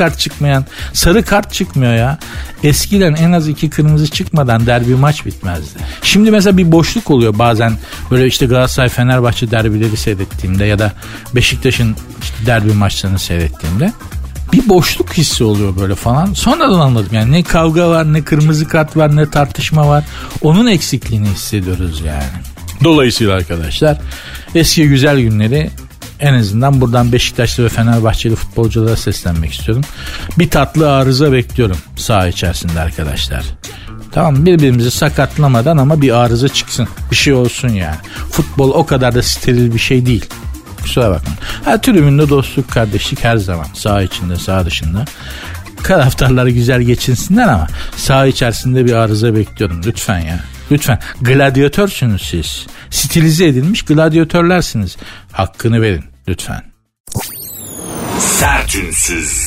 kart çıkmıyor ya. Eskiden en az 2 kırmızı çıkmadan derbi maç bitmezdi. Şimdi mesela bir boşluk oluyor bazen, böyle işte Galatasaray Fenerbahçe derbileri seyrettiğimde ya da Beşiktaş'ın işte derbi maçlarını seyrettiğimde bir boşluk hissi oluyor böyle falan. Sonradan anladım yani, ne kavga var, ne kırmızı kart var, ne tartışma var. Onun eksikliğini hissediyoruz yani. Dolayısıyla arkadaşlar, eski güzel günleri en azından buradan Beşiktaşlı ve Fenerbahçeli futbolculara seslenmek istiyorum. Bir tatlı arıza bekliyorum saha içerisinde arkadaşlar. Tamam, birbirimizi sakatlamadan ama bir arıza çıksın. Bir şey olsun yani. Futbol o kadar da steril bir şey değil. Kusura bakmayın. Her tribünde dostluk, kardeşlik her zaman. Saha içinde, saha dışında. Taraftarlar güzel geçinsinler ama saha içerisinde bir arıza bekliyorum. Lütfen ya. Lütfen. Gladyatörsünüz siz. Stilize edilmiş gladyatörlersiniz. Hakkını verin. Lütfen. Sertünsüz.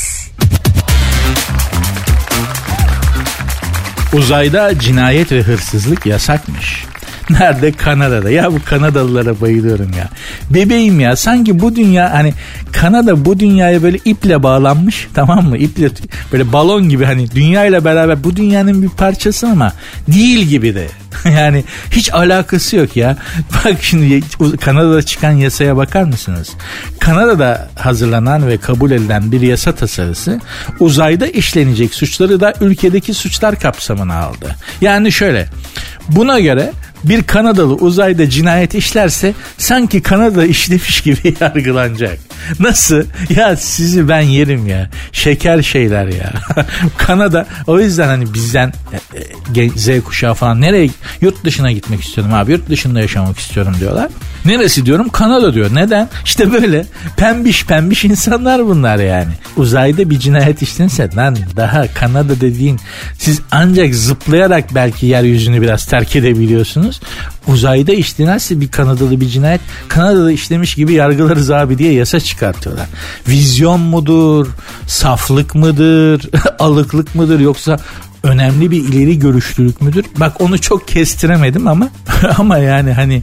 Uzayda cinayet ve hırsızlık yasakmış. Nerede? Kanada'da. Ya bu Kanadalılara bayılıyorum ya. Bebeğim ya, sanki bu dünya, hani Kanada bu dünyaya böyle iple bağlanmış, tamam mı? İple böyle balon gibi, hani dünyayla beraber bu dünyanın bir parçası ama değil gibi de. Yani hiç alakası yok ya. Bak şimdi Kanada'da çıkan yasaya bakar mısınız? Kanada'da hazırlanan ve kabul edilen bir yasa tasarısı uzayda işlenecek suçları da ülkedeki suçlar kapsamına aldı. Yani şöyle, buna göre bir Kanadalı uzayda cinayet işlerse sanki Kanada işlemiş gibi yargılanacak. Nasıl? Ya sizi ben yerim ya. Şeker şeyler ya. Kanada, o yüzden hani bizden Z kuşağı falan nereye, yurt dışına gitmek istiyorum abi, yurt dışında yaşamak istiyorum diyorlar. Neresi diyorum? Kanada diyor. Neden? İşte böyle pembiş insanlar bunlar yani. Uzayda bir cinayet işlense lan, daha Kanada dediğin, siz ancak zıplayarak belki yeryüzünü biraz terk edebiliyorsunuz. Uzayda işlenirse bir Kanadalı bir cinayet, Kanada'da işlemiş gibi yargılarız abi diye yasa çıkartıyorlar. Vizyon mudur? Saflık mıdır? Alıklık mıdır? Yoksa önemli bir ileri görüşlülük müdür? Bak onu çok kestiremedim ama yani hani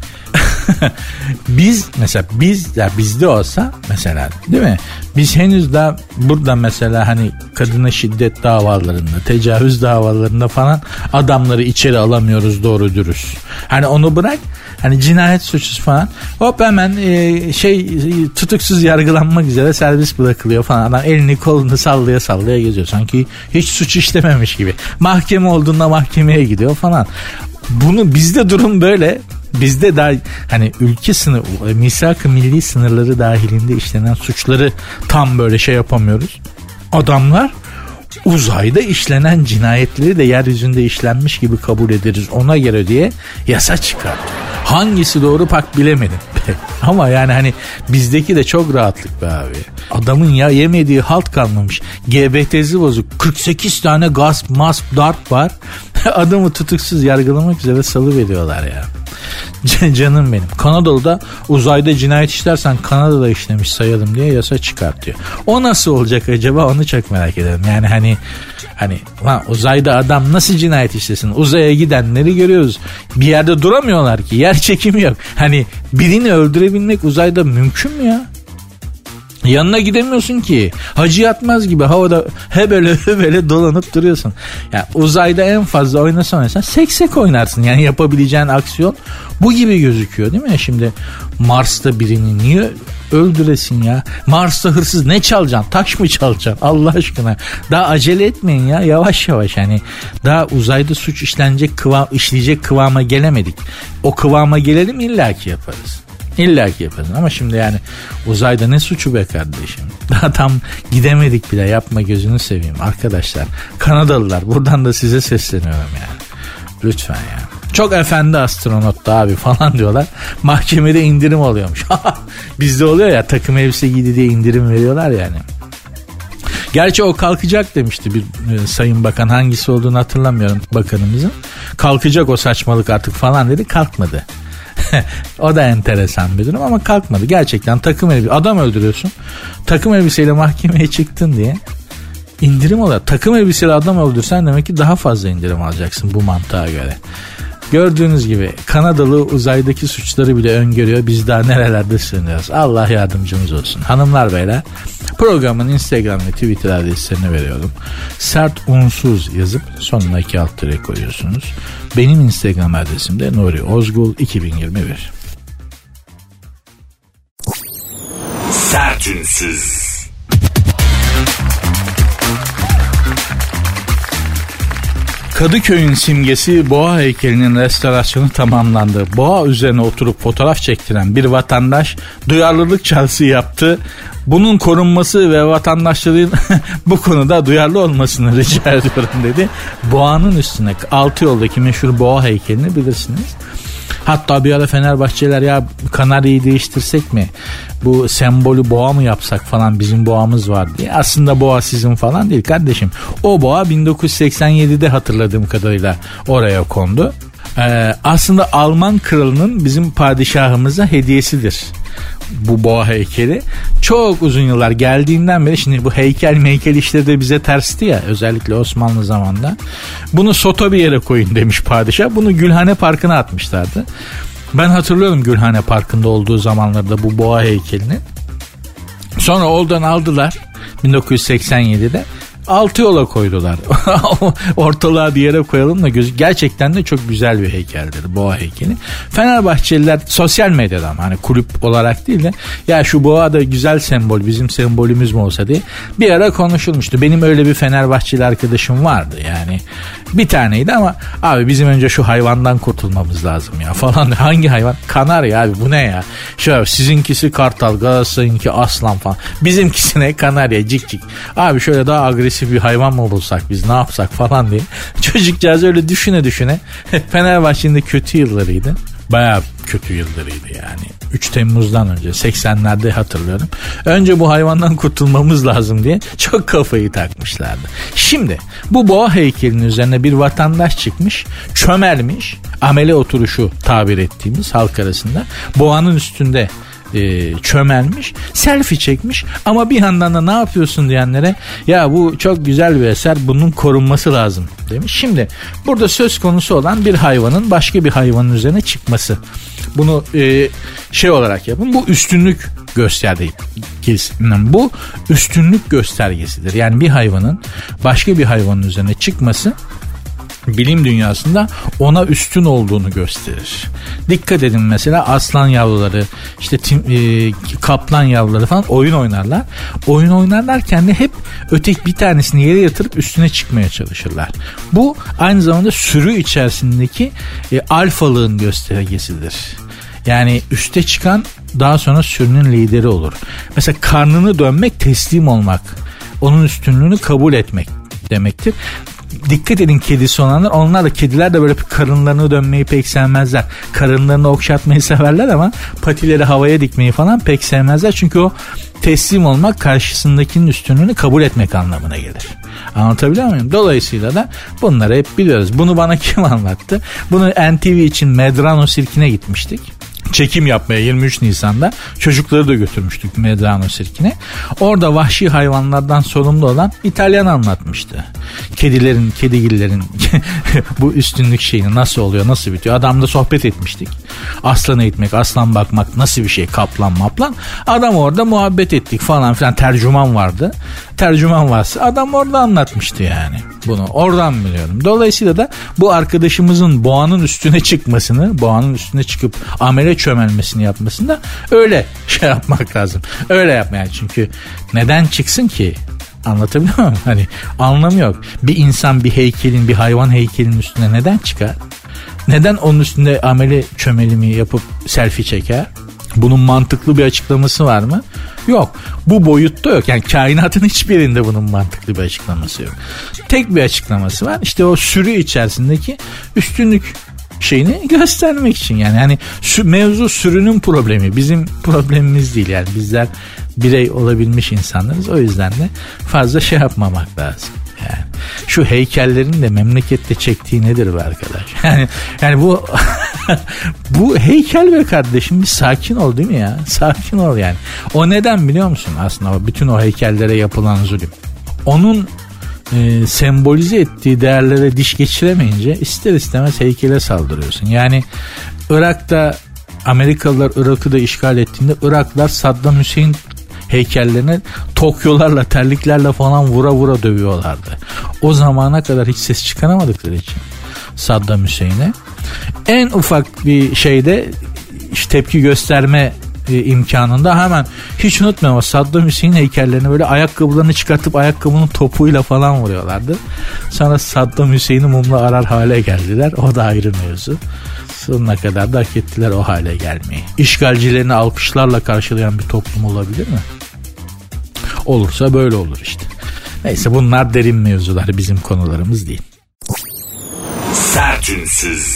bizde olsa mesela, değil mi? Biz henüz daha burada mesela hani kadına şiddet davalarında, tecavüz davalarında falan adamları içeri alamıyoruz doğru dürüst. Hani onu bırak, hani cinayet suçlusu falan hop hemen tutuksuz yargılanmak üzere serbest bırakılıyor falan. Adam elini kolunu sallaya sallaya geziyor. Sanki hiç suç işlememiş gibi. Mahkeme olduğunda mahkemeye gidiyor falan. Bunu bizde durum böyle. Bizde daha hani ülke sınırı, misak-ı milli sınırları dahilinde işlenen suçları tam böyle yapamıyoruz. Adamlar uzayda işlenen cinayetleri de yeryüzünde işlenmiş gibi kabul ederiz ona göre diye yasa çıkartıyor. Hangisi doğru pek bilemedim. Ama yani hani bizdeki de çok rahatlık be abi. Adamın ya yemediği halt kalmamış. GBT'si bozuk. 48 tane gasp, masp, darp var. Adamı tutuksuz yargılamak üzere salıveriyorlar ya. Canım benim. Kanadalı'da uzayda cinayet işlersen Kanada'da işlemiş sayalım diye yasa çıkartıyor. O nasıl olacak acaba, onu çok merak ederim. Yani hani lan uzayda adam nasıl cinayet işlesin? Uzaya gidenleri görüyoruz. Bir yerde duramıyorlar ki. Yer çekimi yok. Hani birini öldürebilmek uzayda mümkün mü ya? Yanına gidemiyorsun ki. Hacı Yatmaz gibi havada hebele dolanıp duruyorsun. Yani uzayda en fazla oynasan seksek oynarsın. Yani yapabileceğin aksiyon bu gibi gözüküyor değil mi? Şimdi Mars'ta birini niye öldüresin ya? Mars'ta hırsız ne çalacaksın? Taş mı çalacaksın? Allah aşkına. Daha acele etmeyin ya. Yavaş yavaş hani. Daha uzayda suç işleyecek kıvama gelemedik. O kıvama gelelim illaki yaparız. İlla ki yaparız ama şimdi yani uzayda ne suçu be kardeşim. Daha tam gidemedik bile, yapma gözünü seveyim arkadaşlar. Kanadalılar, buradan da size sesleniyorum yani. Lütfen ya. Çok efendi astronot da abi falan diyorlar. Mahkemede indirim oluyormuş. Bizde oluyor ya, takım elbise giydi diye indirim veriyorlar yani. Gerçi o kalkacak demişti bir sayın bakan, hangisi olduğunu hatırlamıyorum bakanımızın. Kalkacak o saçmalık artık falan dedi, kalkmadı. O da enteresan bir durum ama kalkmadı. Gerçekten takım elbise, adam öldürüyorsun. Takım elbiseyle mahkemeye çıktın diye indirim olarak. Takım elbiseyle adam öldürsen demek ki daha fazla indirim alacaksın bu mantığa göre. Gördüğünüz gibi Kanadalı uzaydaki suçları bile öngörüyor. Biz daha nerelerde sığınıyoruz. Allah yardımcımız olsun. Hanımlar beyler, programın Instagram ve Twitter adreslerini veriyorum. Sert unsuz yazıp sonuna 2 alt tire koyuyorsunuz. Benim Instagram adresim de Nuri Ozgul 2021. Sert unsuz. Kadıköy'ün simgesi boğa heykelinin restorasyonu tamamlandı. Boğa üzerine oturup fotoğraf çektiren bir vatandaş duyarlılık çağrısı yaptı. Bunun korunması ve vatandaşların bu konuda duyarlı olmasını rica ediyorum dedi. Boğanın üstüne, Altıyoldaki meşhur boğa heykelini bilirsiniz. Hatta bir ara Fenerbahçeliler ya Kanarya'yı değiştirsek mi? Bu sembolü boğa mı yapsak falan, bizim boğamız var diye. Aslında boğa sizin falan değil kardeşim. O boğa 1987'de hatırladığım kadarıyla oraya kondu. Aslında Alman kralının bizim padişahımıza hediyesidir bu boğa heykeli. Çok uzun yıllar geldiğinden beri, şimdi bu heykel işleri de bize tersti ya, özellikle Osmanlı zamanında. Bunu soto bir yere koyun demiş padişah. Bunu Gülhane Parkı'na atmışlardı. Ben hatırlıyorum Gülhane Parkı'nda olduğu zamanlarda bu boğa heykelini. Sonra oradan aldılar 1987'de. Altıyola koydular. Ortalığa bir yere koyalım da gerçekten de çok güzel bir heykeldir boğa heykeli. Fenerbahçeliler sosyal medyada, ama hani kulüp olarak değil de ya şu boğa da güzel sembol, bizim sembolümüz mü olsa diye bir ara konuşulmuştu. Benim öyle bir Fenerbahçeli arkadaşım vardı yani. Bir taneydi ama abi bizim önce şu hayvandan kurtulmamız lazım ya falan. Hangi hayvan? Kanarya abi, bu ne ya? Şöyle sizinkisi kartal, Galatasaray'ınki aslan falan. Bizimkisine kanarya, cik. Abi şöyle daha agresif bir hayvan mı bulsak biz, ne yapsak falan diye. Çocukcağız öyle düşüne Fenerbahçe'nin de kötü yıllarıydı. Bayağı kötü yıllarıydı yani. 3 Temmuz'dan önce 80'lerde hatırlıyorum. Önce bu hayvandan kurtulmamız lazım diye çok kafayı takmışlardı. Şimdi bu boğa heykelinin üzerine bir vatandaş çıkmış, çömelmiş, amele oturuşu tabir ettiğimiz halk arasında boğanın üstünde çömelmiş, selfie çekmiş ama bir yandan da ne yapıyorsun diyenlere ya bu çok güzel bir eser, bunun korunması lazım demiş. Şimdi burada söz konusu olan bir hayvanın başka bir hayvanın üzerine çıkması. Bunu olarak yapın. Bu üstünlük göstergesi. Bu üstünlük göstergesidir. Yani bir hayvanın başka bir hayvanın üzerine çıkması bilim dünyasında ona üstün olduğunu gösterir. Dikkat edin, mesela aslan yavruları, işte kaplan yavruları falan oyun oynarlar. Oyun oynarlarken de hep öteki bir tanesini yere yatırıp üstüne çıkmaya çalışırlar. Bu aynı zamanda sürü içerisindeki alfalığın göstergesidir. Yani üste çıkan daha sonra sürünün lideri olur. Mesela karnını dönmek teslim olmak, onun üstünlüğünü kabul etmek demektir. dikkat edin kedisi olanlar. Onlar da, kediler de böyle karınlarını dönmeyi pek sevmezler. Karınlarını okşatmayı severler ama patileri havaya dikmeyi falan pek sevmezler. Çünkü o teslim olmak, karşısındakinin üstünlüğünü kabul etmek anlamına gelir. Anlatabiliyor muyum? Dolayısıyla da bunları hep biliyoruz. Bunu bana kim anlattı? Bunu NTV için Medrano Sirkine gitmiştik. Çekim yapmaya 23 Nisan'da çocukları da götürmüştük Medrano Sirkine. Orada vahşi hayvanlardan sorumlu olan İtalyan anlatmıştı. Kedigillerin bu üstünlük şeyini nasıl oluyor, nasıl bitiyor. Adamla sohbet etmiştik. Aslanı eğitmek, aslan bakmak nasıl bir şey, kaplan maplan. Adam orada muhabbet ettik falan filan. Tercüman vardı. Tercüman varsa adam orada anlatmıştı yani. Bunu oradan biliyorum. Dolayısıyla da bu arkadaşımızın boğanın üstüne çıkmasını, boğanın üstüne çıkıp amele çömelmesini yapmasını da öyle şey yapmak lazım. Öyle yapmaya, çünkü neden çıksın ki? Anlatabiliyor muyum? Hani anlamı yok. Bir insan bir heykelin, bir hayvan heykelinin üstüne neden çıkar? Neden onun üstünde amele çömelimi yapıp selfie çeker? Bunun mantıklı bir açıklaması var mı? Yok. Bu boyutta yok. Yani kainatın hiçbirinde bunun mantıklı bir açıklaması yok. Tek bir açıklaması var. İşte o sürü içerisindeki üstünlük şeyini göstermek için. Yani hani mevzu sürünün problemi. Bizim problemimiz değil. Yani bizler birey olabilmiş insanlarız. O yüzden de fazla şey yapmamak lazım. Yani şu heykellerin de memlekette çektiği nedir be arkadaş? Yani bu bu heykel be kardeşim, bir sakin ol değil mi ya? Sakin ol yani. O neden biliyor musun? Aslında bütün o heykellere yapılan zulüm. Onun sembolize ettiği değerlere diş geçiremeyince ister istemez heykele saldırıyorsun. Yani Irak'ta Amerikalılar Irak'ı da işgal ettiğinde Iraklılar Saddam Hüseyin heykellerine tokyolarla, terliklerle falan vura vura dövüyorlardı. O zamana kadar hiç ses çıkaramadıkları için Saddam Hüseyin'e en ufak bir şeyde tepki gösterme imkanında hemen, hiç unutmuyorum, Saddam Hüseyin heykellerini böyle ayakkabılarını çıkartıp ayakkabının topuğuyla falan vuruyorlardı. Sonra Saddam Hüseyin'i mumla arar hale geldiler. O da ayrı mevzu. Sonuna kadar da hak ettiler o hale gelmeyi. İşgalcilerini alkışlarla karşılayan bir toplum olabilir mi? Olursa böyle olur işte. Neyse, bunlar derin mevzular, bizim konularımız değil. Sertünsüz.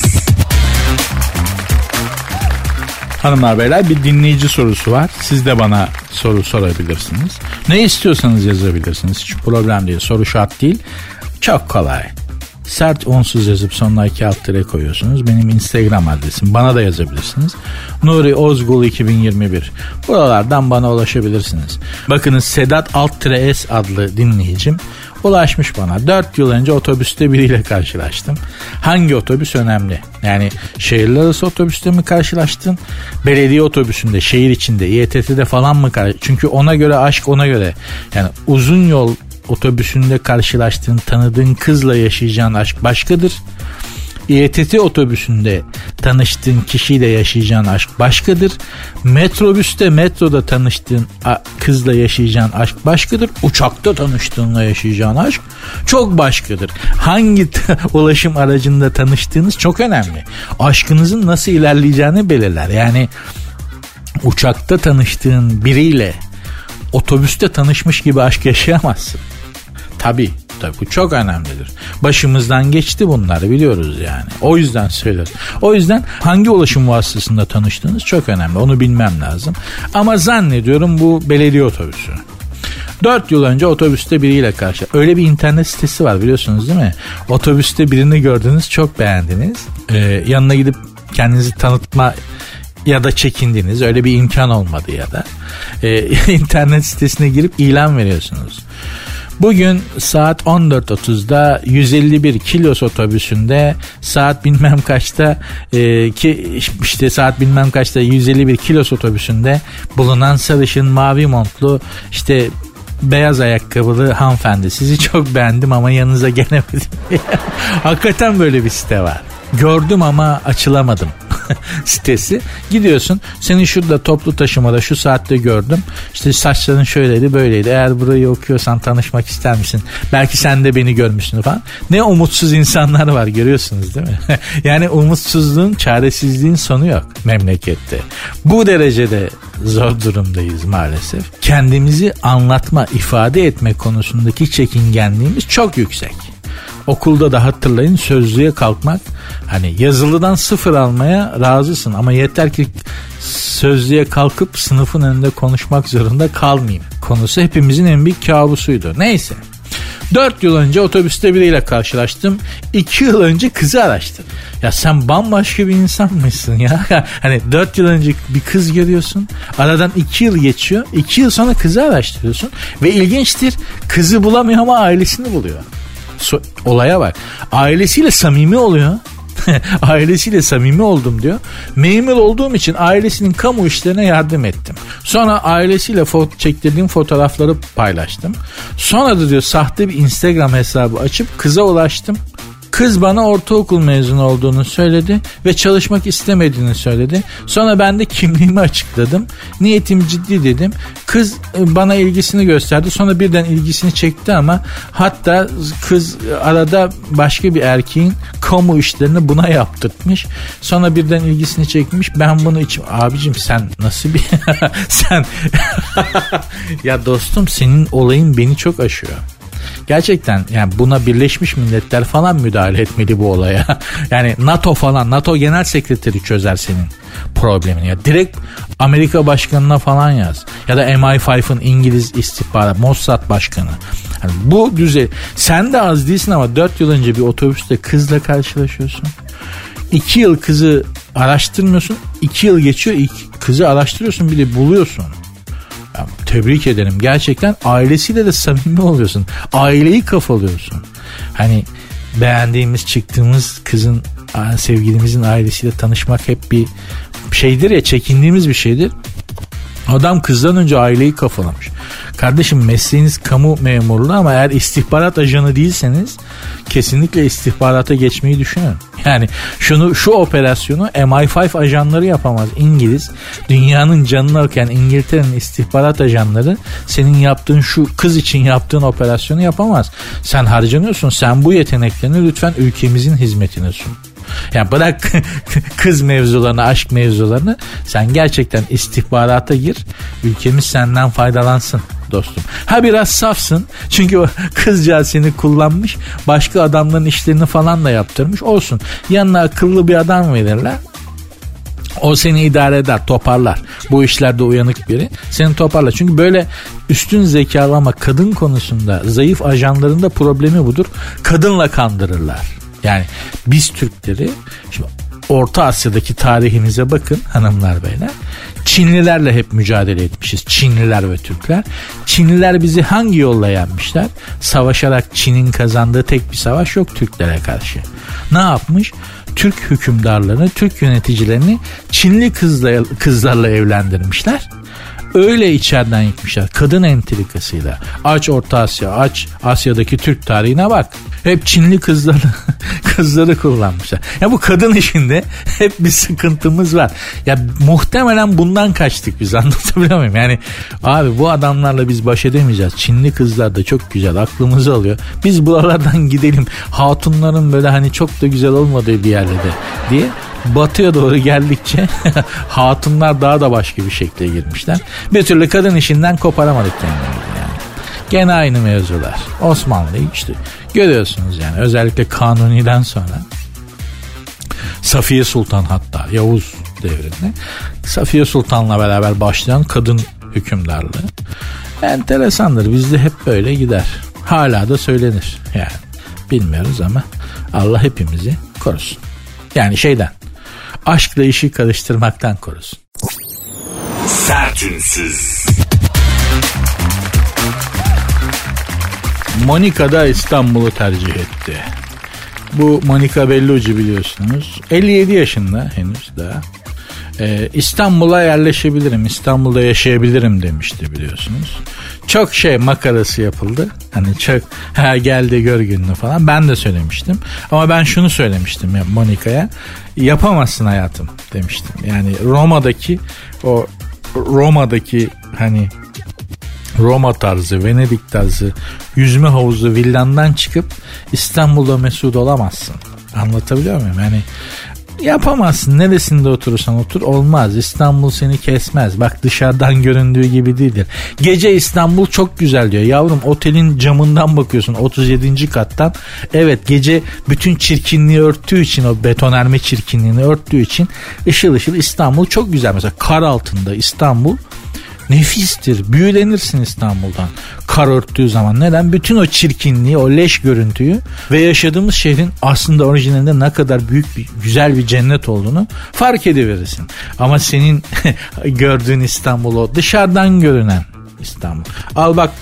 Hanımlar beyler, bir dinleyici sorusu var. Siz de bana soru sorabilirsiniz. Ne istiyorsanız yazabilirsiniz. Hiç problem değil. Soru şart değil. Çok kolay. Sert unsuz yazıp sonuna 2 alt tire koyuyorsunuz. Benim Instagram adresim. Bana da yazabilirsiniz. Nuri Ozgul 2021. Buralardan bana ulaşabilirsiniz. Bakınız, Sedat alt tire S adlı dinleyicim ulaşmış bana. 4 yıl önce otobüste biriyle karşılaştım. Hangi otobüs önemli? Yani şehirler arası otobüste mi karşılaştın? Belediye otobüsünde, şehir içinde, İETT'de falan mı? Çünkü ona göre aşk, ona göre. Yani uzun yol otobüsünde karşılaştığın, tanıdığın kızla yaşayacağın aşk başkadır. İETT otobüsünde tanıştığın kişiyle yaşayacağın aşk başkadır. Metroda tanıştığın kızla yaşayacağın aşk başkadır. Uçakta tanıştığınla yaşayacağın aşk çok başkadır. Hangi ulaşım aracında tanıştığınız çok önemli. Aşkınızın nasıl ilerleyeceğini belirler. Yani uçakta tanıştığın biriyle otobüste tanışmış gibi aşk yaşayamazsın. Tabii bu çok önemlidir. Başımızdan geçti bunları, biliyoruz yani. O yüzden söylüyorum. O yüzden hangi ulaşım vasıtasında tanıştığınız çok önemli. Onu bilmem lazım. Ama zannediyorum bu belediye otobüsü. 4 yıl önce otobüste biriyle karşı. Öyle bir internet sitesi var, biliyorsunuz değil mi? Otobüste birini gördünüz, çok beğendiniz. Yanına gidip kendinizi tanıtma ya da çekindiniz. Öyle bir imkan olmadı ya da. İnternet sitesine girip ilan veriyorsunuz. Bugün saat 14.30'da 151 Kilos otobüsünde saat bilmem kaçta saat bilmem kaçta 151 Kilos otobüsünde bulunan sarışın mavi montlu beyaz ayakkabılı hanımefendi, sizi çok beğendim ama yanınıza gelemedim. Hakikaten böyle bir site var. Gördüm ama açılamadım sitesi. Gidiyorsun, seni şurada toplu taşımada şu saatte gördüm. Saçların şöyleydi böyleydi. Eğer burayı okuyorsan tanışmak ister misin? Belki sen de beni görmüşsün falan. Ne umutsuz insanlar var, görüyorsunuz değil mi? Yani umutsuzluğun, çaresizliğin sonu yok memlekette. Bu derecede zor durumdayız maalesef. Kendimizi anlatma, ifade etme konusundaki çekingenliğimiz çok yüksek. Okulda da hatırlayın, sözlüğe kalkmak, hani yazılıdan 0 almaya razısın ama yeter ki sözlüğe kalkıp sınıfın önünde konuşmak zorunda kalmayayım konusu hepimizin en büyük kabusuydu. Neyse. 4 yıl önce otobüste biriyle karşılaştım. 2 yıl önce kızı araştırdım. Ya sen bambaşka bir insanmışsın ya. Hani 4 yıl önce bir kız görüyorsun. Aradan 2 yıl geçiyor. 2 yıl sonra kızı araştırıyorsun. Ve ilginçtir, kızı bulamıyor ama ailesini buluyor. Olaya bak. Ailesiyle samimi oluyor. Ailesiyle samimi oldum diyor. Memur olduğum için ailesinin kamu işlerine yardım ettim. Sonra ailesiyle çektirdiğim fotoğrafları paylaştım. Sonra da diyor sahte bir Instagram hesabı açıp kıza ulaştım. Kız bana ortaokul mezunu olduğunu söyledi ve çalışmak istemediğini söyledi. Sonra ben de kimliğimi açıkladım. Niyetim ciddi dedim. Kız bana ilgisini gösterdi. Sonra birden ilgisini çekti ama hatta kız arada başka bir erkeğin kamu işlerini buna yaptırtmış. Sonra birden ilgisini çekmiş. Ben bunu abicim sen nasıl bir sen ya dostum, senin olayın beni çok aşıyor. Gerçekten yani buna Birleşmiş Milletler falan müdahale etmeli bu olaya. Yani NATO Genel Sekreteri çözer senin problemini. Ya direkt Amerika Başkanı'na falan yaz. Ya da MI5'ın İngiliz istihbarat Mossad Başkanı. Yani bu düzey. Sen de az değilsin ama 4 yıl önce bir otobüste kızla karşılaşıyorsun. 2 yıl kızı araştırmıyorsun. 2 yıl geçiyor, kızı araştırıyorsun, bir de buluyorsun. Ya, tebrik ederim. Gerçekten ailesiyle de samimi oluyorsun. Aileyi kafalıyorsun. Hani beğendiğimiz, çıktığımız kızın, sevgilimizin ailesiyle tanışmak hep bir şeydir ya, çekindiğimiz bir şeydir. Adam kızdan önce aileyi kafalamış. Kardeşim, mesleğiniz kamu memurluğu ama eğer istihbarat ajanı değilseniz kesinlikle istihbarata geçmeyi düşünün. Yani şu operasyonu MI5 ajanları yapamaz. İngiliz, dünyanın canını okuyan İngiltere'nin istihbarat ajanları senin yaptığın, şu kız için yaptığın operasyonu yapamaz. Sen harcanıyorsun. Sen bu yeteneklerini lütfen ülkemizin hizmetine sun. Yani bırak kız mevzularını, aşk mevzularını, sen gerçekten istihbarata gir, ülkemiz senden faydalansın dostum. Ha biraz safsın çünkü o kızcağız seni kullanmış, başka adamların işlerini falan da yaptırmış, olsun. Yanına akıllı bir adam verirler, o seni idare eder, toparlar. Bu işlerde uyanık biri seni toparlar. Çünkü böyle üstün zekalı ama kadın konusunda zayıf ajanların da problemi budur. Kadınla kandırırlar. Yani biz Türkleri, şimdi Orta Asya'daki tarihimize bakın hanımlar beyler. Çinlilerle hep mücadele etmişiz. Çinliler ve Türkler. Çinliler bizi hangi yolla yenmişler? Savaşarak. Çin'in kazandığı tek bir savaş yok Türklere karşı. Ne yapmış? Türk hükümdarlarını, Türk yöneticilerini Çinli kızlarla evlendirmişler. Öyle içeriden yıkmışlar. Kadın entrikasıyla. Aç Orta Asya, aç Asya'daki Türk tarihine bak. Hep Çinli kızları kullanmışlar. Ya bu kadın işinde hep bir sıkıntımız var. Ya muhtemelen bundan kaçtık biz, anlatabiliyor muyum? Yani abi bu adamlarla biz baş edemeyeceğiz. Çinli kızlar da çok güzel, aklımızı alıyor. Biz buralardan gidelim. Hatunların böyle hani çok da güzel olmadığı bir yerde de diye batıya doğru geldikçe hatunlar daha da başka bir şekle girmişler. Bir türlü kadın işinden koparamadık kendimizi yani. Gene aynı mevzular. Osmanlı'yı işte görüyorsunuz yani, özellikle Kanuni'den sonra Safiye Sultan, hatta Yavuz devrinde Safiye Sultan'la beraber başlayan kadın hükümdarlığı enteresandır. Bizde hep böyle gider. Hala da söylenir yani. Bilmiyoruz ama Allah hepimizi korusun. Yani aşkla işi karıştırmaktan korusun. Sertünsüz. Monika da İstanbul'u tercih etti. Bu Monika Bellucci biliyorsunuz. 57 yaşında henüz daha. İstanbul'a yerleşebilirim, İstanbul'da yaşayabilirim demişti biliyorsunuz. Çok makarası yapıldı. Hani çok gel de gör gününü falan. Ben de söylemiştim. Ama ben şunu söylemiştim ya Monika'ya. Yapamazsın hayatım demiştim. Yani Roma'daki hani Roma tarzı, Venedik tarzı yüzme havuzu villandan çıkıp İstanbul'da mesut olamazsın. Anlatabiliyor muyum? Yani Yapamazsın. Neresinde oturursan otur olmaz. İstanbul seni kesmez. Bak dışarıdan göründüğü gibi değildir. Gece İstanbul çok güzel diyor. Yavrum otelin camından bakıyorsun 37. kattan. Evet gece bütün çirkinliği örttüğü için, o betonarme çirkinliğini örttüğü için ışıl ışıl İstanbul çok güzel. Mesela kar altında İstanbul nefistir. Büyülenirsin İstanbul'dan. Kar örttüğü zaman. Neden? Bütün o çirkinliği, o leş görüntüyü ve yaşadığımız şehrin aslında orijinalinde ne kadar büyük bir, güzel bir cennet olduğunu fark ediverirsin. Ama senin gördüğün İstanbul o dışarıdan görünen İstanbul. Al bak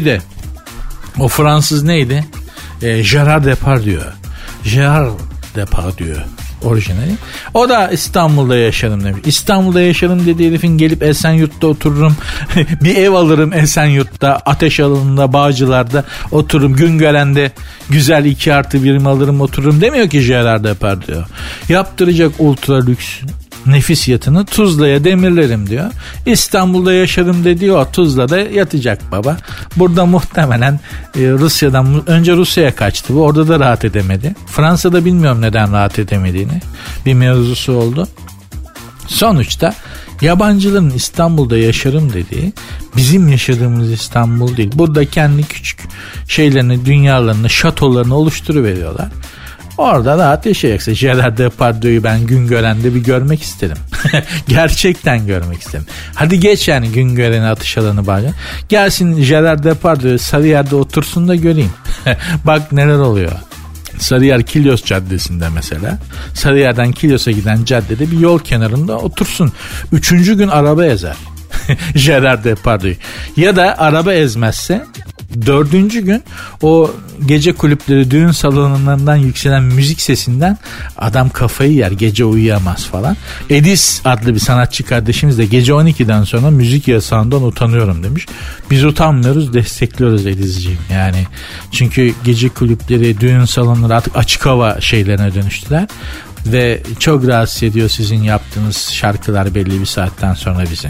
o Fransız neydi? Gérard Depardieu. Gérard Depardieu orijinali. O da İstanbul'da yaşarım demiş. İstanbul'da yaşarım dediği herifin gelip Esenyurt'ta otururum. Bir ev alırım Esenyurt'ta. Ateş Alanı'nda, Bağcılar'da otururum. Güngören'de güzel 2+1'imi alırım otururum demiyor ki Gérard Depardieu. Yaptıracak ultra lüks nefis yatını Tuzla'ya demirlerim diyor. İstanbul'da yaşarım dediği o Tuzla'da yatacak baba. Burada muhtemelen Rusya'dan önce Rusya'ya kaçtı bu. Orada da rahat edemedi. Fransa'da bilmiyorum neden rahat edemediğini. Bir mevzusu oldu. Sonuçta yabancıların İstanbul'da yaşarım dediği bizim yaşadığımız İstanbul değil. Burada kendi küçük şeylerini, dünyalarını, şatolarını oluşturuveriyorlar. Orada rahat yaşayacaksın. Gérard Depardieu'yu ben Güngören'de bir görmek isterim. Gerçekten görmek isterim. Hadi geç yani Güngören'e, Atış Alanı bari. Gelsin Gérard Depardieu Sarıyer'de otursun da göreyim. Bak neler oluyor. Sarıyer Kilyos Caddesi'nde mesela. Sarıyer'den Kilyos'a giden caddede bir yol kenarında otursun. 3. gün araba ezer. Gérard Depardieu. Ya da araba ezmezse 4. gün o gece kulüpleri, düğün salonlarından yükselen müzik sesinden adam kafayı yer, gece uyuyamaz falan. Edis adlı bir sanatçı kardeşimiz de gece 12'den sonra müzik yasağından utanıyorum demiş. Biz utanmıyoruz, destekliyoruz Edis'ciğim. Yani çünkü gece kulüpleri, düğün salonları artık açık hava şeylerine dönüştüler ve çok rahatsız ediyor sizin yaptığınız şarkılar belli bir saatten sonra bize.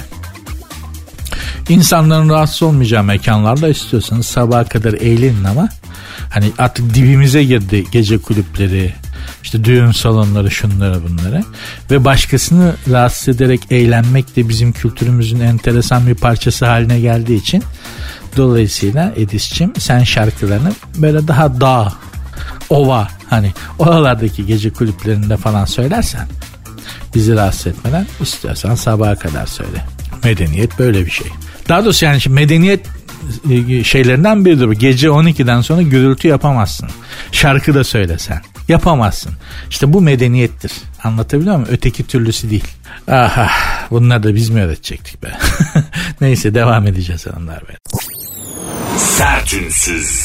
İnsanların rahatsız olmayacağı mekanlarda istiyorsanız sabaha kadar eğlenin ama hani artık dibimize girdi gece kulüpleri, işte düğün salonları, şunları bunları ve başkasını rahatsız ederek eğlenmek de bizim kültürümüzün enteresan bir parçası haline geldiği için dolayısıyla Edis'cim sen şarkılarını böyle daha dağ, ova, hani oralardaki gece kulüplerinde falan söylersen bizi rahatsız etmeden istiyorsan sabaha kadar söyle. Medeniyet böyle bir şey. Daha doğrusu yani medeniyet şeylerinden biridir bu. Gece 12'den sonra gürültü yapamazsın. Şarkı da söylesen. Yapamazsın. İşte bu medeniyettir. Anlatabiliyor muyum? Öteki türlüsü değil. Aha, bunları da biz mi öğretecektik be? Neyse devam edeceğiz hanımlar be. Sertünsüz.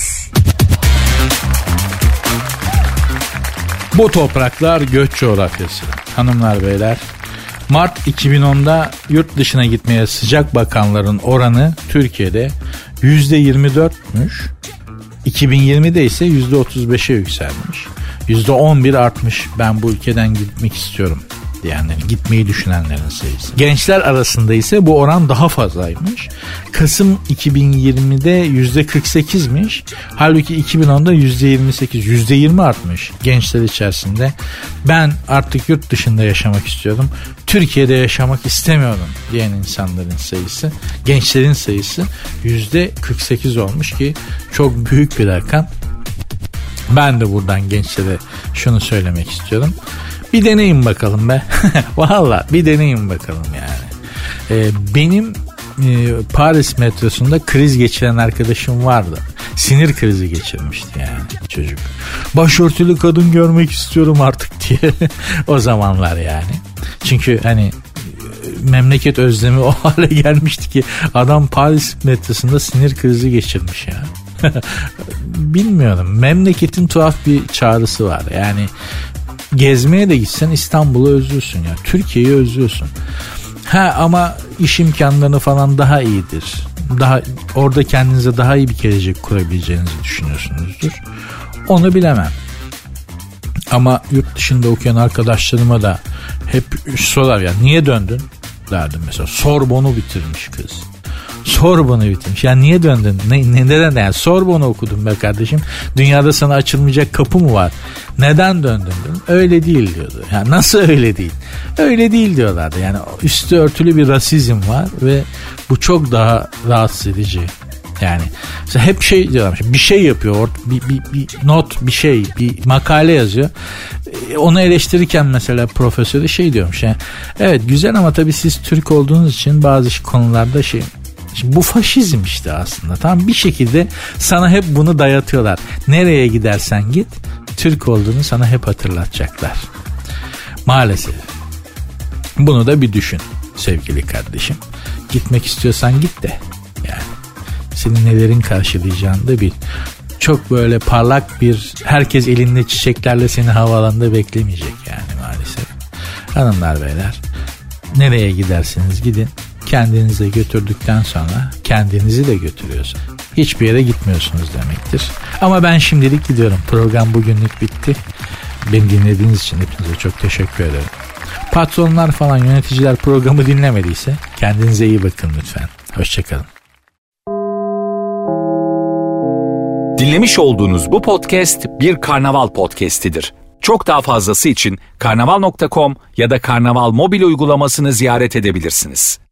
Bu topraklar göç coğrafyası. Hanımlar beyler. Mart 2010'da yurt dışına gitmeye sıcak bakanların oranı Türkiye'de %24'müş. 2020'de ise %35'e yükselmiş. %11 artmış. Ben bu ülkeden gitmek istiyorum diyenlerin, gitmeyi düşünenlerin sayısı. Gençler arasında ise bu oran daha fazlaymış. Kasım 2020'de %48'miş. Halbuki 2010'da %28, %20 artmış gençler içerisinde. Ben artık yurt dışında yaşamak istiyorum, Türkiye'de yaşamak istemiyorum diyen insanların sayısı, gençlerin sayısı %48 olmuş ki çok büyük bir rakam. Ben de buradan gençlere şunu söylemek istiyorum. Bir deneyin bakalım be. Vallahi bir deneyin bakalım yani. Benim Paris metrosunda kriz geçiren arkadaşım vardı. Sinir krizi geçirmişti yani çocuk. Başörtülü kadın görmek istiyorum artık diye. O zamanlar yani. Çünkü hani memleket özlemi o hale gelmişti ki adam Paris metrosunda sinir krizi geçirmiş ya. Bilmiyorum. Memleketin tuhaf bir çağrısı var. Yani gezmeye de gitsen İstanbul'u özlüyorsun ya. Türkiye'yi özlüyorsun. Ama iş imkanlarını falan daha iyidir. Daha orada kendinize daha iyi bir gelecek kurabileceğinizi düşünüyorsunuzdur. Onu bilemem. Ama yurt dışında okuyan arkadaşlarıma da hep sorar ya, niye döndün derdim mesela. Sorbon'u bitirmiş kız. Sorbon'u bitirmiş. Ya niye döndün? Neden? Yani Sorbon'u okudum be kardeşim. Dünyada sana açılmayacak kapı mı var? Neden döndün? Öyle değil diyordu. Yani nasıl öyle değil? Öyle değil diyorlardı. Yani üstü örtülü bir rasizm var ve bu çok daha rahatsız edici. Yani hep şey diyorlar, bir şey yapıyor, bir not, bir şey, bir makale yazıyor. Onu eleştirirken mesela profesörü şey diyormuş. Yani, evet güzel ama tabii siz Türk olduğunuz için bazı konularda şey. Şimdi bu faşizm işte aslında. Tamam, bir şekilde sana hep bunu dayatıyorlar. Nereye gidersen git Türk olduğunu sana hep hatırlatacaklar. Maalesef. Bunu da bir düşün sevgili kardeşim. Gitmek istiyorsan git de. Yani senin nelerin karşılayacağını da bil. Çok böyle parlak bir, herkes elinde çiçeklerle seni havaalanında beklemeyecek yani maalesef. Hanımlar beyler, nereye giderseniz gidin, kendinize götürdükten sonra kendinizi de götürüyorsunuz. Hiçbir yere gitmiyorsunuz demektir. Ama ben şimdilik gidiyorum. Program bugünlük bitti. Beni dinlediğiniz için hepinize çok teşekkür ederim. Patronlar falan, yöneticiler programı dinlemediyse kendinize iyi bakın lütfen. Hoşçakalın. Dinlemiş olduğunuz bu podcast bir Karnaval podcastidir. Çok daha fazlası için karnaval.com ya da Karnaval mobil uygulamasını ziyaret edebilirsiniz.